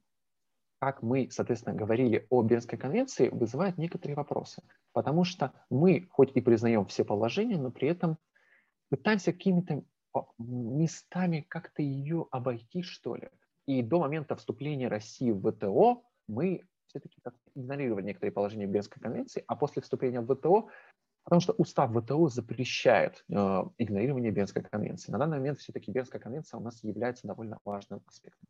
как мы, соответственно, говорили о Венской конвенции, вызывает некоторые вопросы. Потому что мы, хоть и признаем все положения, но при этом пытаемся какими-то местами как-то ее обойти, что ли. И до момента вступления России в ВТО мы все-таки игнорировали некоторые положения Бернской конвенции, а после вступления в ВТО, потому что устав ВТО запрещает э, игнорирование Бернской конвенции. На данный момент все-таки Бернская конвенция у нас является довольно важным аспектом.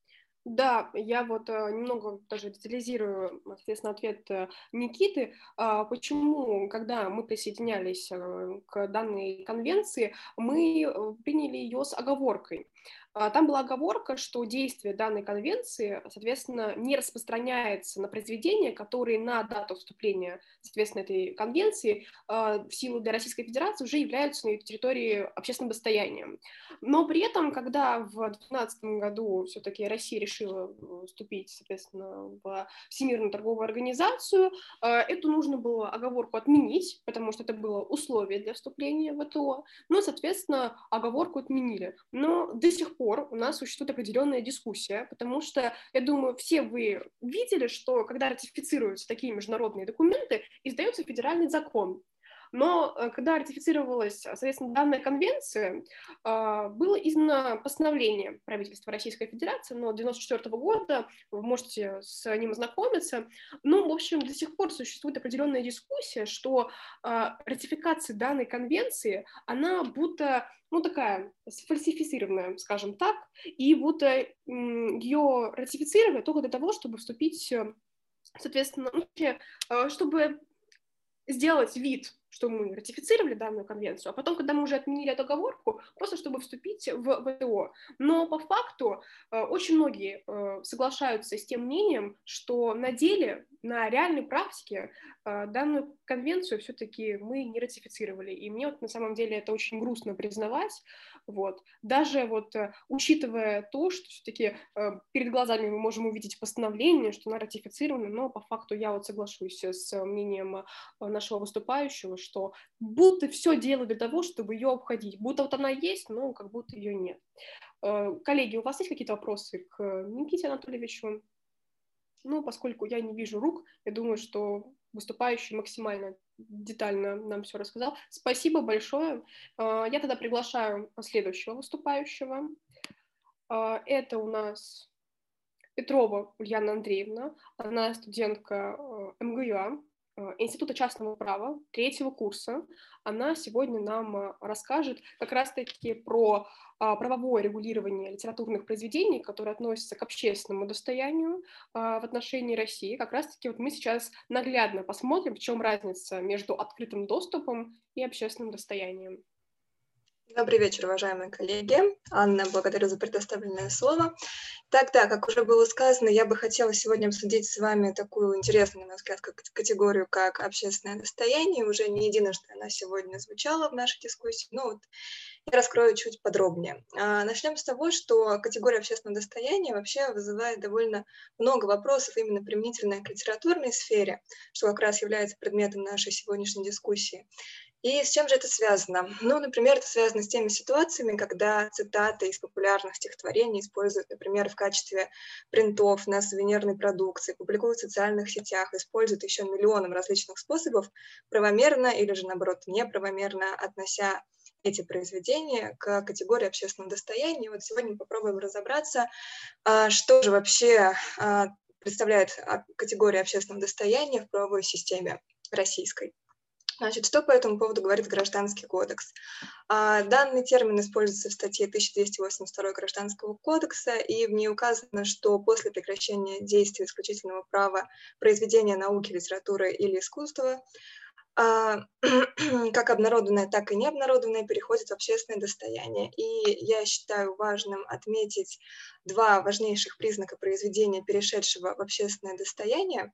Да, я вот э, немного даже детализирую, соответственно, ответ э, Никиты. Э, почему, когда мы присоединялись э, к данной конвенции, мы э, приняли ее с оговоркой. Э, там была оговорка, что действие данной конвенции, соответственно, не распространяется на произведения, которые на дату вступления, соответственно, этой конвенции э, в силу для Российской Федерации уже являются на ее территории общественным достоянием. Но при этом, когда в две тысячи двенадцатом году все-таки Россия решила решила вступить, соответственно, в Всемирную торговую организацию, эту нужно было оговорку отменить, потому что это было условие для вступления в ВТО, но, соответственно, оговорку отменили. Но до сих пор у нас существует определенная дискуссия, потому что, я думаю, все вы видели, что когда ратифицируются такие международные документы, издается федеральный закон. Но когда ратифицировалась, соответственно, данная конвенция, было издано постановление правительства Российской Федерации, но девяносто четвёртого года, вы можете с ним ознакомиться. Ну, в общем, до сих пор существует определенная дискуссия, что ратификация данной конвенции, она будто, ну, такая сфальсифицированная, скажем так, и будто ее ратифицировали только для того, чтобы вступить, соответственно, чтобы сделать вид, что мы ратифицировали данную конвенцию, а потом, когда мы уже отменили эту оговорку, просто чтобы вступить в ВТО. Но по факту очень многие соглашаются с тем мнением, что на деле, на реальной практике данную конвенцию все-таки мы не ратифицировали. И мне вот на самом деле это очень грустно признавать. Вот. Даже вот учитывая то, что все-таки перед глазами мы можем увидеть постановление, что она ратифицирована, но по факту я вот соглашусь с мнением нашего выступающего, что будто все делают для того, чтобы ее обходить. Будто вот она есть, но как будто ее нет. Коллеги, у вас есть какие-то вопросы к Никите Анатольевичу? Ну, поскольку я не вижу рук, я думаю, что выступающий максимально детально нам все рассказал. Спасибо большое. Я тогда приглашаю следующего выступающего. Это у нас Петрова Ульяна Андреевна. Она студентка эм гэ ю а, Института частного права третьего курса. Она сегодня нам расскажет как раз-таки про правовое регулирование литературных произведений, которые относятся к общественному достоянию в отношении России. Как раз-таки вот мы сейчас наглядно посмотрим, в чем разница между открытым доступом и общественным достоянием. Добрый вечер, уважаемые коллеги. Анна, благодарю за предоставленное слово. Так, да, как уже было сказано, я бы хотела сегодня обсудить с вами такую интересную, на мой взгляд, категорию, как общественное достояние. Уже не единожды она сегодня звучала в нашей дискуссии, но вот я раскрою чуть подробнее. Начнем с того, что категория общественного достояния вообще вызывает довольно много вопросов именно применительно к литературной сфере, что как раз является предметом нашей сегодняшней дискуссии. И с чем же это связано? Ну, например, это связано с теми ситуациями, когда цитаты из популярных стихотворений используют, например, в качестве принтов на сувенирной продукции, публикуют в социальных сетях, используют еще миллионом различных способов, правомерно или же, наоборот, неправомерно относя эти произведения к категории общественного достояния. Вот сегодня мы попробуем разобраться, что же вообще представляет категория общественного достояния в правовой системе российской. Значит, что по этому поводу говорит Гражданский кодекс? Данный термин используется в статье тысяча двести восемьдесят второй Гражданского кодекса, и в ней указано, что после прекращения действия исключительного права произведения науки, литературы или искусства, как обнародованное, так и необнародованное, переходит в общественное достояние. И я считаю важным отметить два важнейших признака произведения, перешедшего в общественное достояние.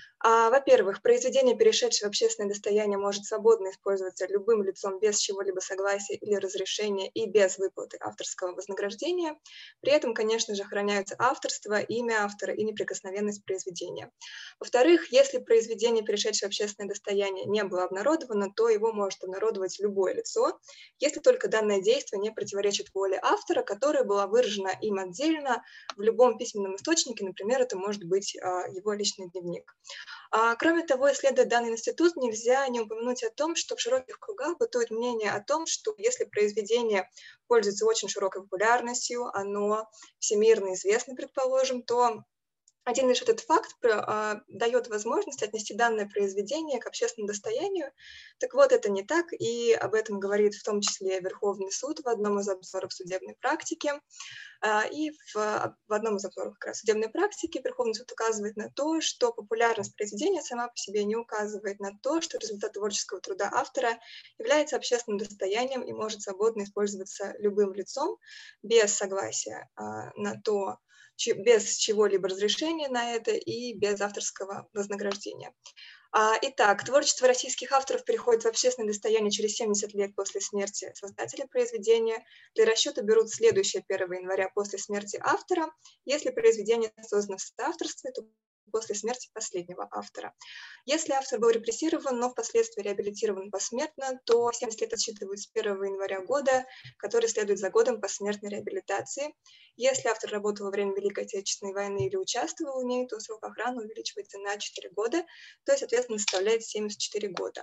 А, во-первых, произведение, перешедшее в общественное достояние, может свободно использоваться любым лицом без чего-либо согласия или разрешения и без выплаты авторского вознаграждения. При этом, конечно же, охраняются авторство, имя автора и неприкосновенность произведения. Во-вторых, если произведение, перешедшее в общественное достояние, не было обнародовано, то его может обнародовать любое лицо, если только данное действие не противоречит воле автора, которая была выражена им отдельно в любом письменном источнике, например, это может быть его личный дневник. А, кроме того, исследуя данный институт, нельзя не упомянуть о том, что в широких кругах бытует мнение о том, что если произведение пользуется очень широкой популярностью, оно всемирно известно, предположим, то один лишь этот факт а, дает возможность отнести данное произведение к общественному достоянию. Так вот, это не так, и об этом говорит в том числе Верховный суд в одном из обзоров судебной практики. А, и в, в одном из обзоров как раз судебной практики Верховный суд указывает на то, что популярность произведения сама по себе не указывает на то, что результат творческого труда автора является общественным достоянием и может свободно использоваться любым лицом без согласия а, на то, без чего-либо разрешения на это и без авторского вознаграждения. Итак, творчество российских авторов переходит в общественное достояние через семьдесят лет после смерти создателя произведения. Для расчета берут следующее первого января после смерти автора. Если произведение создано в соавторстве, то после смерти последнего автора. Если автор был репрессирован, но впоследствии реабилитирован посмертно, то семьдесят лет отсчитывают с первого января года, который следует за годом посмертной реабилитации. Если автор работал во время Великой Отечественной войны или участвовал в ней, то срок охраны увеличивается на четыре года, то есть, соответственно, составляет семьдесят четыре года.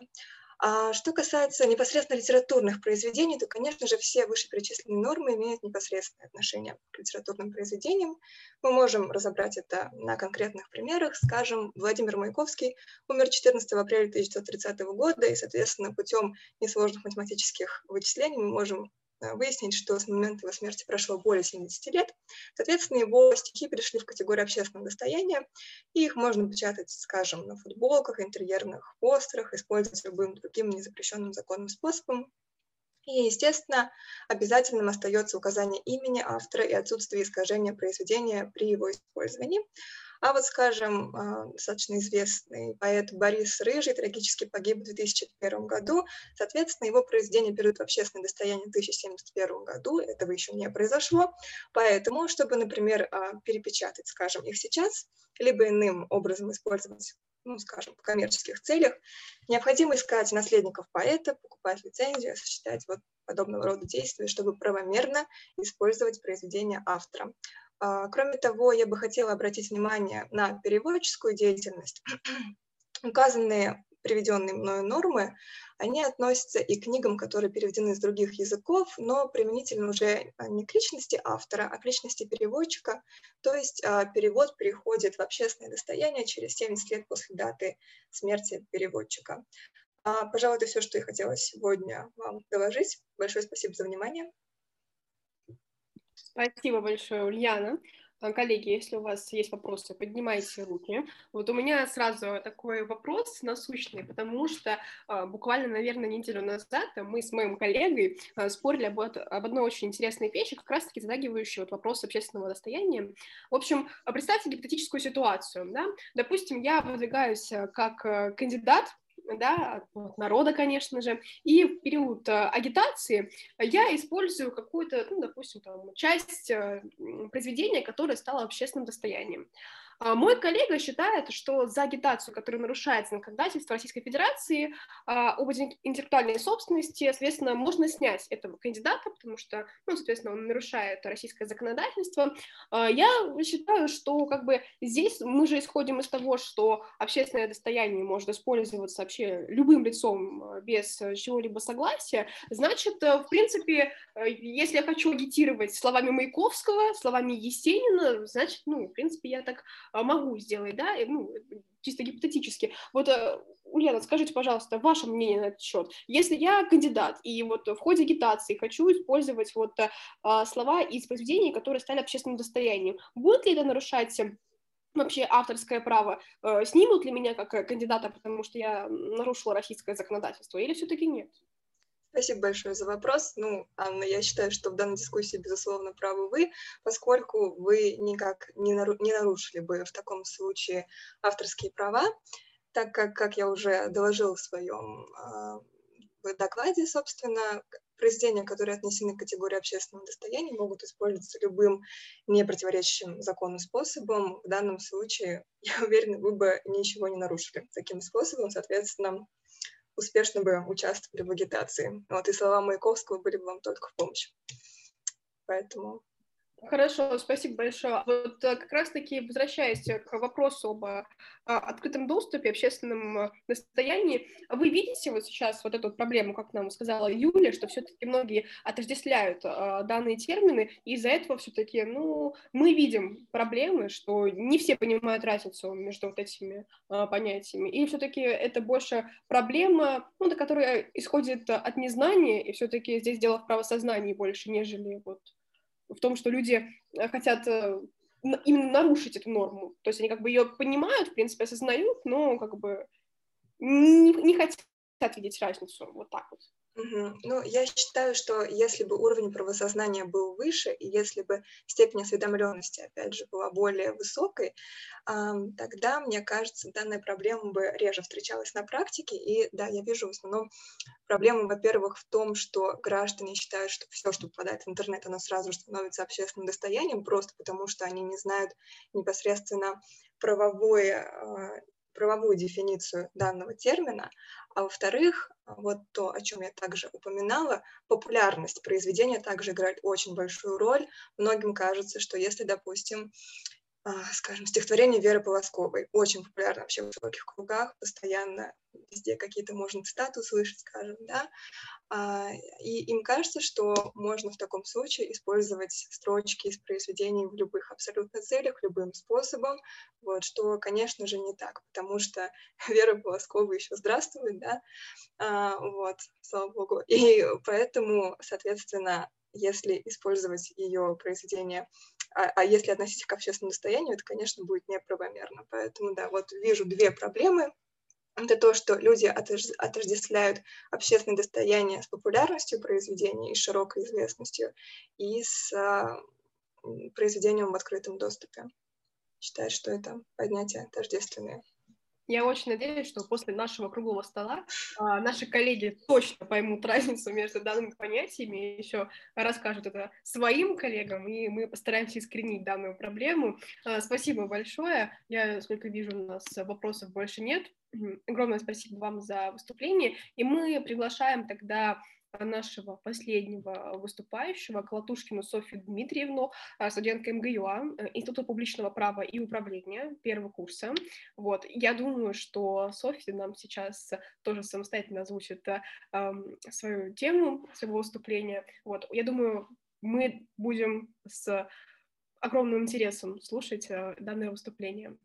А что касается непосредственно литературных произведений, то, конечно же, все вышеперечисленные нормы имеют непосредственное отношение к литературным произведениям. Мы можем разобрать это на конкретных примерах. Скажем, Владимир Маяковский умер четырнадцатого апреля тысяча девятьсот тридцатого года, и, соответственно, путем несложных математических вычислений мы можем выяснить, что с момента его смерти прошло более семидесяти лет. Соответственно, его стихи перешли в категорию общественного достояния, и их можно печатать, скажем, на футболках, интерьерных постерах, использовать любым другим незапрещенным законным способом. И, естественно, обязательным остается указание имени автора и отсутствие искажения произведения при его использовании. А вот, скажем, достаточно известный поэт Борис Рыжий трагически погиб в две тысячи первом году. Соответственно, его произведения перейдут в общественное достояние в тысяча девятьсот семьдесят первом году. Этого еще не произошло. Поэтому, чтобы, например, перепечатать, скажем, их сейчас, либо иным образом использовать, ну, скажем, в коммерческих целях, необходимо искать наследников поэта, покупать лицензию, осуществлять вот подобного рода действия, чтобы правомерно использовать произведения автора. Кроме того, я бы хотела обратить внимание на переводческую деятельность. Указанные приведенные мною нормы, они относятся и к книгам, которые переведены с других языков, но применительно уже не к личности автора, а к личности переводчика. То есть перевод переходит в общественное достояние через семьдесят лет после даты смерти переводчика. Пожалуй, это все, что я хотела сегодня вам доложить. Большое спасибо за внимание. Спасибо большое, Ульяна. Коллеги, если у вас есть вопросы, поднимайте руки. Вот у меня сразу такой вопрос насущный, потому что буквально, наверное, неделю назад мы с моим коллегой спорили об, об одной очень интересной вещи, как раз-таки затрагивающей вот вопрос общественного достояния. В общем, представьте гипотетическую ситуацию. Да? Допустим, я выдвигаюсь как кандидат, да, от народа, конечно же, и в период э, агитации я использую какую-то, ну, допустим, там, часть э, произведения, которое стало общественным достоянием. А мой коллега считает, что за агитацию, которая нарушает законодательство Российской Федерации а, об интеллектуальной собственности, соответственно, можно снять этого кандидата, потому что, ну, соответственно, он нарушает российское законодательство. А, я считаю, что как бы здесь мы же исходим из того, что общественное достояние может использоваться вообще любым лицом без чего-либо согласия. Значит, в принципе, если я хочу агитировать словами Маяковского, словами Есенина, значит, ну, в принципе, я так могу сделать, да, ну, чисто гипотетически. Вот, Ульяна, скажите, пожалуйста, ваше мнение на этот счет. Если я кандидат, и вот в ходе агитации хочу использовать вот слова из произведений, которые стали общественным достоянием, будет ли это нарушать вообще авторское право? Снимут ли меня как кандидата, потому что я нарушила российское законодательство, или все-таки нет? Спасибо большое за вопрос. Ну, Анна, я считаю, что в данной дискуссии, безусловно, правы вы, поскольку вы никак не, нару- не нарушили бы в таком случае авторские права, так как, как я уже доложила в своем э, в докладе, собственно, произведения, которые отнесены к категории общественного достояния, могут использоваться любым не противоречащим закону способом. В данном случае, я уверена, вы бы ничего не нарушили таким способом, соответственно, успешно бы участвовали в агитации. Вот, и слова Маяковского были бы вам только в помощь. Поэтому... Хорошо, спасибо большое. Вот как раз-таки, возвращаясь к вопросу об а, открытом доступе, общественном достоянии, вы видите вот сейчас вот эту проблему, как нам сказала Юля, что все-таки многие отождествляют а, данные термины, и из-за этого все-таки, ну, мы видим проблемы, что не все понимают разницу между вот этими а, понятиями, и все-таки это больше проблема, ну, которая исходит от незнания, и все-таки здесь дело в правосознании больше, нежели вот в том, что люди хотят именно нарушить эту норму. То есть они как бы ее понимают, в принципе, осознают, но как бы не, не хотят видеть разницу. Вот так вот. Угу. Ну, я считаю, что если бы уровень правосознания был выше, и если бы степень осведомленности, опять же, была более высокой, эм, тогда, мне кажется, данная проблема бы реже встречалась на практике. И да, я вижу в основном проблему, во-первых, в том, что граждане считают, что все, что попадает в интернет, оно сразу же становится общественным достоянием, просто потому что они не знают непосредственно правовое э, правовую дефиницию данного термина, а во-вторых, вот то, о чем я также упоминала, популярность произведения также играет очень большую роль. Многим кажется, что если, допустим, скажем, стихотворение Веры Полосковой, очень популярно вообще в высоких кругах, постоянно везде какие-то можно цитаты услышать, скажем, да, и им кажется, что можно в таком случае использовать строчки из произведений в любых абсолютно целях, любым способом, вот, что, конечно же, не так, потому что Вера Полоскова еще здравствует, да, вот, слава богу, и поэтому, соответственно, если использовать ее произведение, а, а если относить их к общественному достоянию, это, конечно, будет неправомерно. Поэтому, да, вот вижу две проблемы. Это то, что люди отождествляют общественное достояние с популярностью произведения и широкой известностью, и с а, произведением в открытом доступе. Считаю, что это понятия тождественные. Я очень надеюсь, что после нашего круглого стола а, наши коллеги точно поймут разницу между данными понятиями и еще расскажут это своим коллегам, и мы постараемся искоренить данную проблему. А, спасибо большое. Я, сколько вижу, у нас вопросов больше нет. Огромное спасибо вам за выступление, и мы приглашаем тогда нашего последнего выступающего, Колотушкину Софью Дмитриевну, студентка МГЮА, Института публичного права и управления первого курса. Вот. Я думаю, что Софья нам сейчас тоже самостоятельно озвучит э, свою тему, своего выступления. Вот. Я думаю, мы будем с огромным интересом слушать э, данное выступление.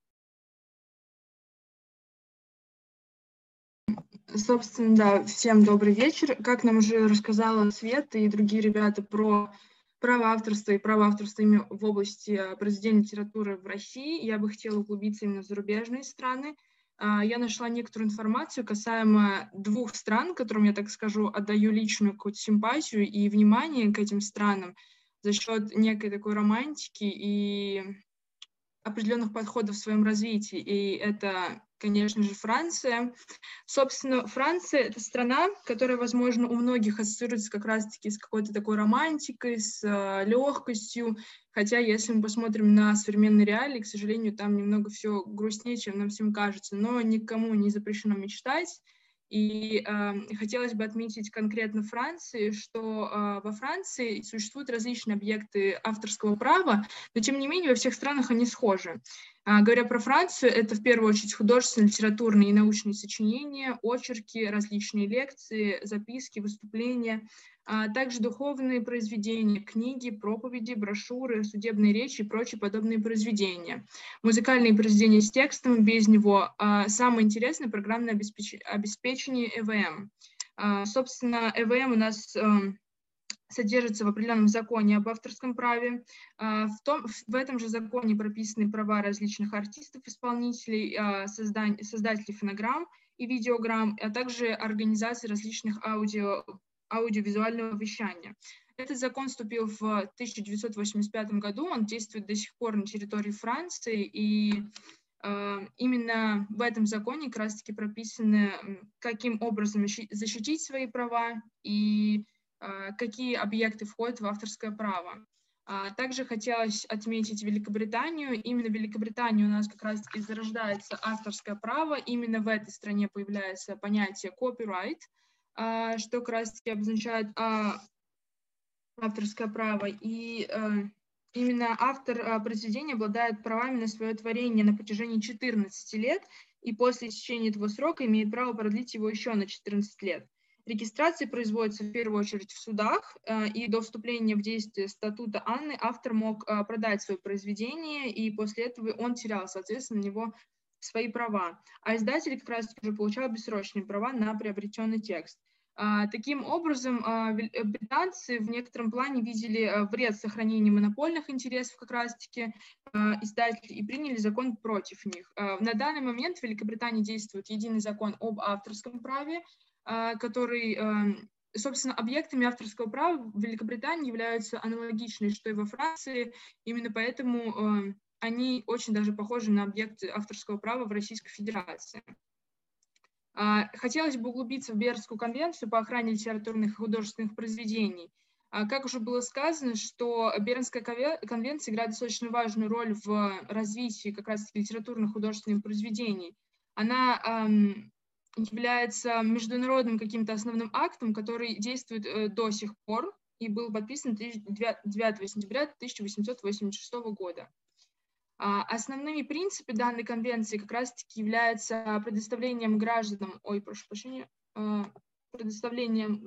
Собственно, да, всем добрый вечер. Как нам уже рассказала Света и другие ребята про право авторства и право авторства именно в области произведения литературы в России, я бы хотела углубиться именно в зарубежные страны. Я нашла некоторую информацию касаемо двух стран, которым, я так скажу, отдаю личную какую-то симпатию и внимание к этим странам за счет некой такой романтики и определенных подходов в своем развитии. И это конечно же, Франция. Собственно, Франция — это страна, которая, возможно, у многих ассоциируется как раз-таки с какой-то такой романтикой, с э, легкостью, хотя, если мы посмотрим на современные реалии, к сожалению, там немного все грустнее, чем нам всем кажется, но никому не запрещено мечтать. И э, хотелось бы отметить конкретно Франции, что э, во Франции существуют различные объекты авторского права, но тем не менее во всех странах они схожи. А, говоря про Францию, это в первую очередь художественные, литературные и научные сочинения, очерки, различные лекции, записки, выступления, а также духовные произведения, книги, проповеди, брошюры, судебные речи и прочие подобные произведения. Музыкальные произведения с текстом, без него. А самое интересное — программное обеспеч... обеспечение и ви эм. А, собственно, и ви эм у нас а, содержится в определенном законе об авторском праве. А, в, том, в этом же законе прописаны права различных артистов, исполнителей, а, созда... создателей фонограмм и видеограмм, а также организации различных аудио аудиовизуального вещания. Этот закон вступил в тысяча девятьсот восемьдесят пятом году, он действует до сих пор на территории Франции, и э, именно в этом законе как раз-таки прописано, каким образом защитить свои права и э, какие объекты входят в авторское право. А также хотелось отметить Великобританию. Именно в Великобритании у нас как раз-таки зарождается авторское право, именно в этой стране появляется понятие copyright, что как раз-таки обозначает а, авторское право. И а, именно автор а, произведения обладает правами на свое творение на протяжении четырнадцати лет, и после истечения этого срока имеет право продлить его еще на четырнадцать лет. Регистрация производится в первую очередь в судах, а, и до вступления в действие статута Анны автор мог а, продать свое произведение, и после этого он терял, соответственно, на него свои права. А издатель как раз уже получал бессрочные права на приобретенный текст. А, таким образом, а, британцы в некотором плане видели а, вред сохранения монопольных интересов как раз-таки а, издателей и приняли закон против них. А, на данный момент в Великобритании действует единый закон об авторском праве, а, который, а, собственно, объектами авторского права в Великобритании являются аналогичные, что и во Франции. Именно поэтому а, они очень даже похожи на объекты авторского права в Российской Федерации. Хотелось бы углубиться в Бернскую конвенцию по охране литературных и художественных произведений. Как уже было сказано, что Бернская конвенция играет достаточно важную роль в развитии как раз литературных и художественных произведений. Она эм, является международным каким-то основным актом, который действует э, до сих пор и был подписан девятого сентября тысяча восемьсот восемьдесят шестого года. Основными принципами данной конвенции как раз-таки является предоставлением гражданам, ой, прошу прощения, предоставлением,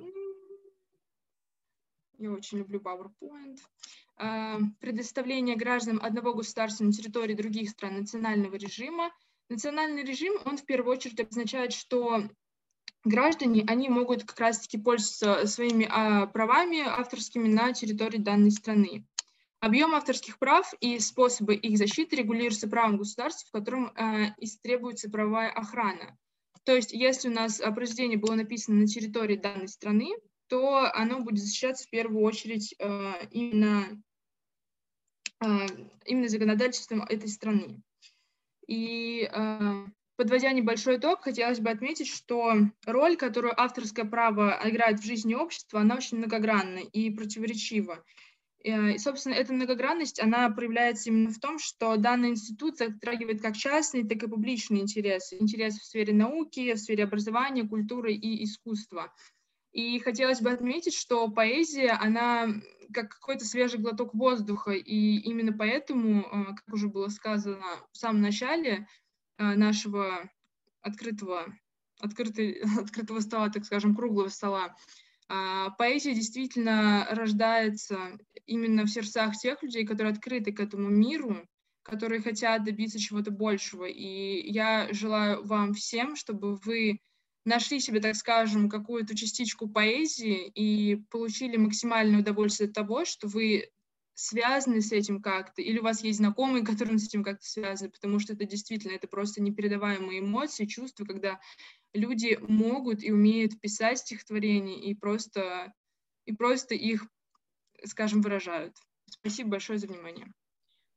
я очень люблю PowerPoint, предоставление гражданам одного государства на территории других стран национального режима. Национальный режим, он в первую очередь обозначает, что граждане, они могут как раз-таки пользоваться своими правами авторскими на территории данной страны. Объем авторских прав и способы их защиты регулируются правом государства, в котором э, требуется правовая охрана. То есть, если у нас произведение было написано на территории данной страны, то оно будет защищаться в первую очередь э, именно, э, именно законодательством этой страны. И э, подводя небольшой итог, хотелось бы отметить, что роль, которую авторское право играет в жизни общества, она очень многогранна и противоречива. И, собственно, эта многогранность, она проявляется именно в том, что данный институт затрагивает как частные, так и публичные интересы. Интересы в сфере науки, в сфере образования, культуры и искусства. И хотелось бы отметить, что поэзия, она как какой-то свежий глоток воздуха, и именно поэтому, как уже было сказано в самом начале нашего открытого, открытый, открытого стола, так скажем, круглого стола, поэзия действительно рождается именно в сердцах тех людей, которые открыты к этому миру, которые хотят добиться чего-то большего. И я желаю вам всем, чтобы вы нашли себе, так скажем, какую-то частичку поэзии и получили максимальное удовольствие от того, что вы связаны с этим как-то, или у вас есть знакомые, которые с этим как-то связаны, потому что это действительно, это просто непередаваемые эмоции, чувства, когда люди могут и умеют писать стихотворения и просто, и просто их, скажем, выражают. Спасибо большое за внимание.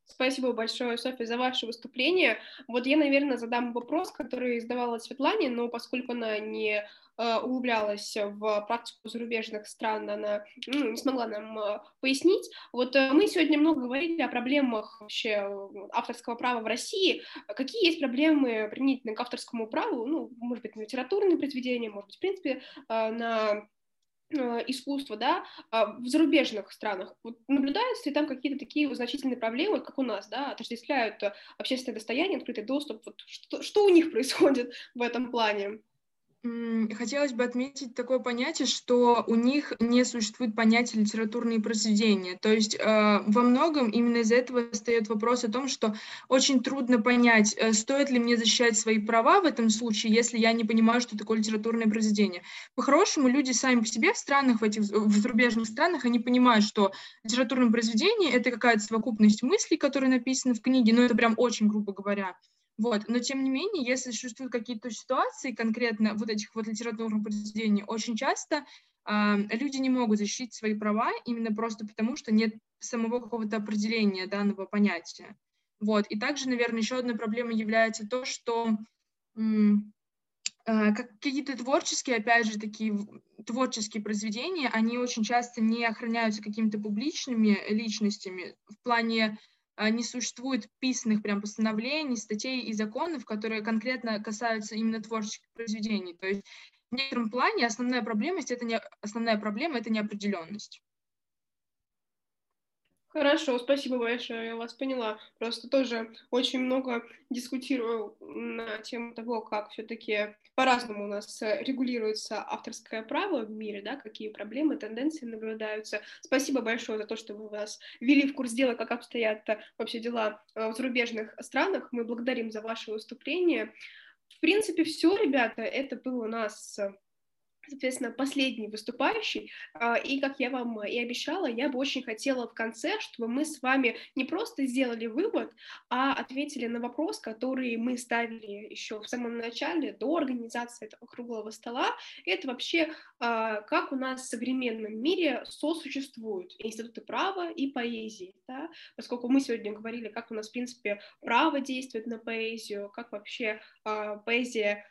Спасибо большое, Софья, за ваше выступление. Вот я, наверное, задам вопрос, который задавала Светлане, но поскольку она не э, углублялась в практику зарубежных стран, она ну, не смогла нам э, пояснить. Вот э, мы сегодня много говорили о проблемах вообще авторского права в России. Какие есть проблемы применительно к авторскому праву? Ну, может быть, на литературные произведения, может быть, в принципе, э, на искусства, да, в зарубежных странах. Вот наблюдаются ли там какие-то такие значительные проблемы, как у нас, да, отождествляют общественное достояние, открытый доступ, вот что, что у них происходит в этом плане? Хотелось бы отметить такое понятие, что у них не существует понятия литературные произведения. То есть э, во многом именно из-за этого встает вопрос о том, что очень трудно понять, э, стоит ли мне защищать свои права в этом случае, если я не понимаю, что такое литературное произведение. По-хорошему, люди сами по себе в странах, в этих в зарубежных странах, они понимают, что литературное произведение — это какая-то совокупность мыслей, которые написаны в книге, но это прям очень грубо говоря. Вот. Но, тем не менее, если существуют какие-то ситуации, конкретно вот этих вот литературных произведений, очень часто э, люди не могут защитить свои права именно просто потому, что нет самого какого-то определения данного понятия. Вот. И также, наверное, еще одной проблемой является то, что м, э, как какие-то творческие, опять же, такие творческие произведения, они очень часто не охраняются какими-то публичными личностями в плане не существует писанных прям постановлений, статей и законов, которые конкретно касаются именно творческих произведений. То есть в некотором плане основная проблема — это не, основная проблема — это неопределенность. Хорошо, спасибо большое, я вас поняла. Просто тоже очень много дискутирую на тему того, как все-таки по-разному у нас регулируется авторское право в мире, да, какие проблемы, тенденции наблюдаются. Спасибо большое за то, что вы нас ввели в курс дела, как обстоят вообще дела в зарубежных странах. Мы благодарим за ваше выступление. В принципе, все, ребята, это было у нас... соответственно, последний выступающий, и, как я вам и обещала, я бы очень хотела в конце, чтобы мы с вами не просто сделали вывод, а ответили на вопрос, который мы ставили еще в самом начале, до организации этого круглого стола. Это вообще, как у нас в современном мире сосуществуют институты права и поэзии, да? Поскольку мы сегодня говорили, как у нас, в принципе, право действует на поэзию, как вообще поэзия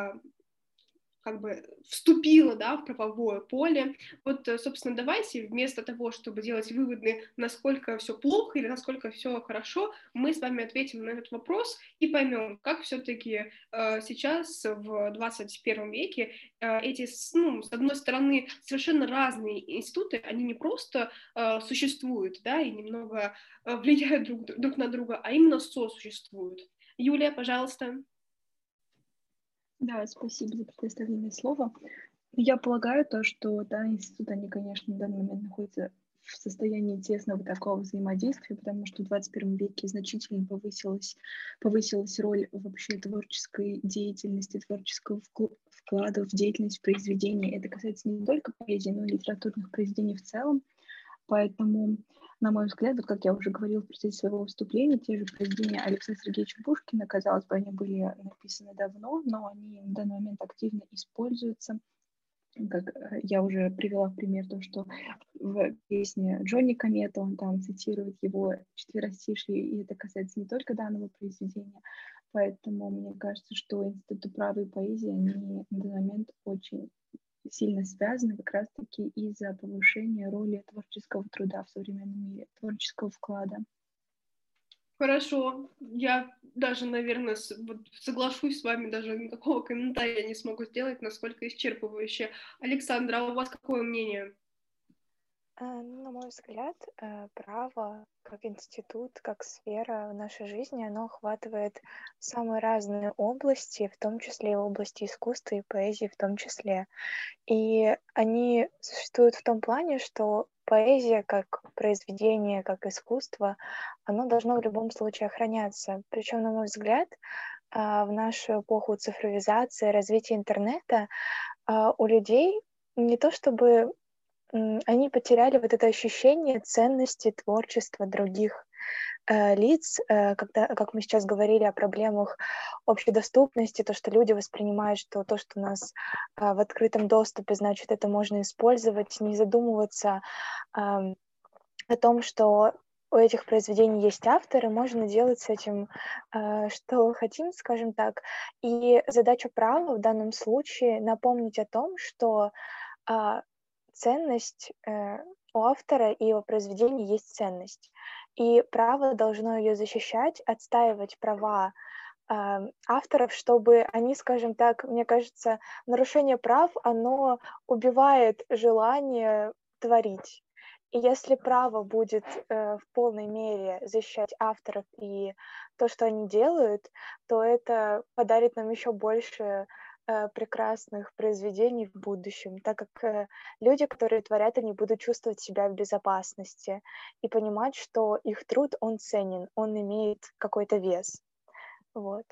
как бы вступила, да, в правовое поле. Вот, собственно, давайте вместо того, чтобы делать выводы, насколько все плохо или насколько все хорошо, мы с вами ответим на этот вопрос и поймем, как все-таки э, сейчас в двадцать первом веке э, эти, ну, с одной стороны, совершенно разные институты, они не просто э, существуют, да, и немного э, влияют друг, друг на друга, а именно сосуществуют. Юлия, пожалуйста. Да, спасибо за предоставленное слово. Я полагаю то, что да, институты, они, конечно, в данный момент находятся в состоянии тесного такого взаимодействия, потому что в двадцать первом веке значительно повысилась, повысилась роль вообще творческой деятельности, творческого вклада в деятельность произведений. Это касается не только поэзии, но и литературных произведений в целом. Поэтому, на мой взгляд, вот как я уже говорила в процессе своего выступления, те же произведения Александра Сергеевича Пушкина, казалось бы, они были написаны давно, но они в данный момент активно используются. Как я уже привела в пример то, что в песне Джонни Комета он там цитирует его четверостишие, и это касается не только данного произведения. Поэтому мне кажется, что институты права и поэзии, они на данный момент очень сильно связаны как раз-таки из-за повышения роли творческого труда в современном мире, творческого вклада. Хорошо, я даже, наверное, соглашусь с вами, даже никакого комментария не смогу сделать, насколько исчерпывающе. Александра, а у вас какое мнение? На мой взгляд, право как институт, как сфера в нашей жизни, оно охватывает самые разные области, в том числе и области искусства и поэзии в том числе. И они существуют в том плане, что поэзия как произведение, как искусство, оно должно в любом случае охраняться. Причем, на мой взгляд, в нашу эпоху цифровизации, развития интернета у людей не то чтобы они потеряли вот это ощущение ценности творчества других э, лиц, э, когда, как мы сейчас говорили о проблемах общедоступности, то, что люди воспринимают, что то, что у нас э, в открытом доступе, значит, это можно использовать, не задумываться э, о том, что у этих произведений есть авторы, можно делать с этим э, что хотим, скажем так. И задача права в данном случае напомнить о том, что э, ценность э, у автора и его произведения есть ценность. И право должно ее защищать, отстаивать права э, авторов, чтобы они, скажем так, мне кажется, нарушение прав, оно убивает желание творить. И если право будет э, в полной мере защищать авторов и то, что они делают, то это подарит нам еще больше э, прекрасных произведений в будущем, так как э, люди, которые творят, они будут чувствовать себя в безопасности и понимать, что их труд, он ценен, он имеет какой-то вес. Вот.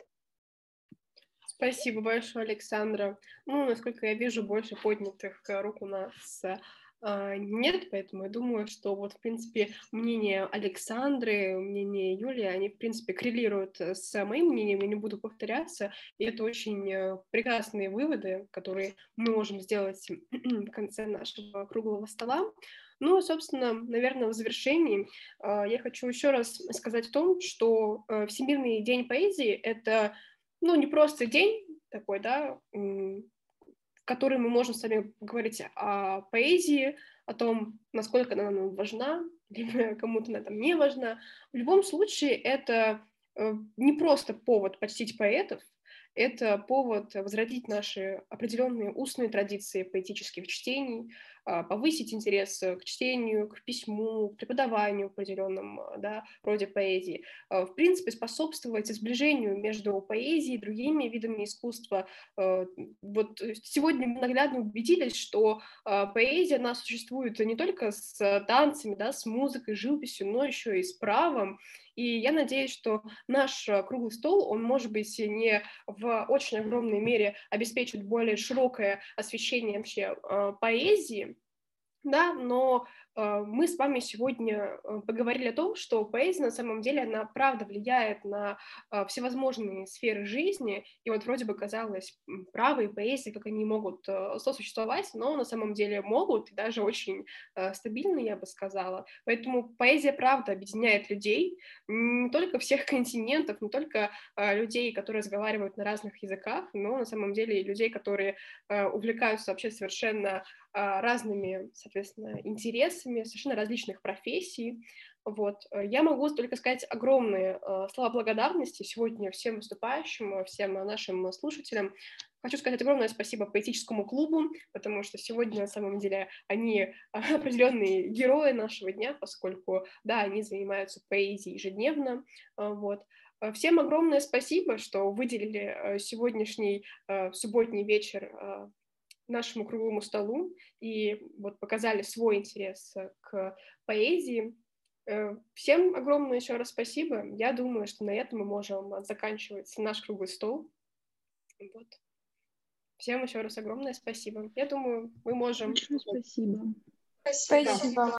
Спасибо большое, Александра. Ну, насколько я вижу, больше поднятых рук у нас а, нет, поэтому я думаю, что вот, в принципе, мнение Александры, мнение Юлии, они, в принципе, коррелируют с моим мнением, я не буду повторяться, и это очень прекрасные выводы, которые мы можем сделать в конце нашего круглого стола. Ну, собственно, наверное, в завершении я хочу еще раз сказать о том, что Всемирный день поэзии — это, ну, не просто день такой, да, в который мы можем с вами говорить о поэзии, о том, насколько она нам важна, либо кому-то она там не важна. В любом случае, это не просто повод почтить поэтов, это повод возродить наши определенные устные традиции поэтических чтений, повысить интерес к чтению, к письму, к преподаванию в определенном, да, роде поэзии, в принципе, способствовать сближению между поэзией и другими видами искусства. Вот сегодня мы наглядно убедились, что поэзия, она существует не только с танцами, да, с музыкой, живописью, но еще и с правом. И я надеюсь, что наш круглый стол, он, может быть, не в очень огромной мере обеспечит более широкое освещение вообще поэзии, да, но э, мы с вами сегодня поговорили о том, что поэзия на самом деле, она правда влияет на э, всевозможные сферы жизни, и вот вроде бы казалось, право и поэзия, как они могут э, сосуществовать, но на самом деле могут, и даже очень э, стабильно, я бы сказала. Поэтому поэзия правда объединяет людей, не только всех континентов, не только э, людей, которые разговаривают на разных языках, но на самом деле и людей, которые э, увлекаются вообще совершенно разными, соответственно, интересами, совершенно различных профессий. Вот. Я могу только сказать огромные слова благодарности сегодня всем выступающим, всем нашим слушателям. Хочу сказать огромное спасибо поэтическому клубу, потому что сегодня, на самом деле, они определенные герои нашего дня, поскольку, да, они занимаются поэзией ежедневно. Вот. Всем огромное спасибо, что выделили сегодняшний субботний вечер нашему круглому столу и вот показали свой интерес к поэзии. Всем огромное еще раз спасибо. Я думаю, что на этом мы можем заканчивать наш круглый стол. Вот. Всем еще раз огромное спасибо. Я думаю, мы можем... Большое спасибо. Спасибо. Спасибо.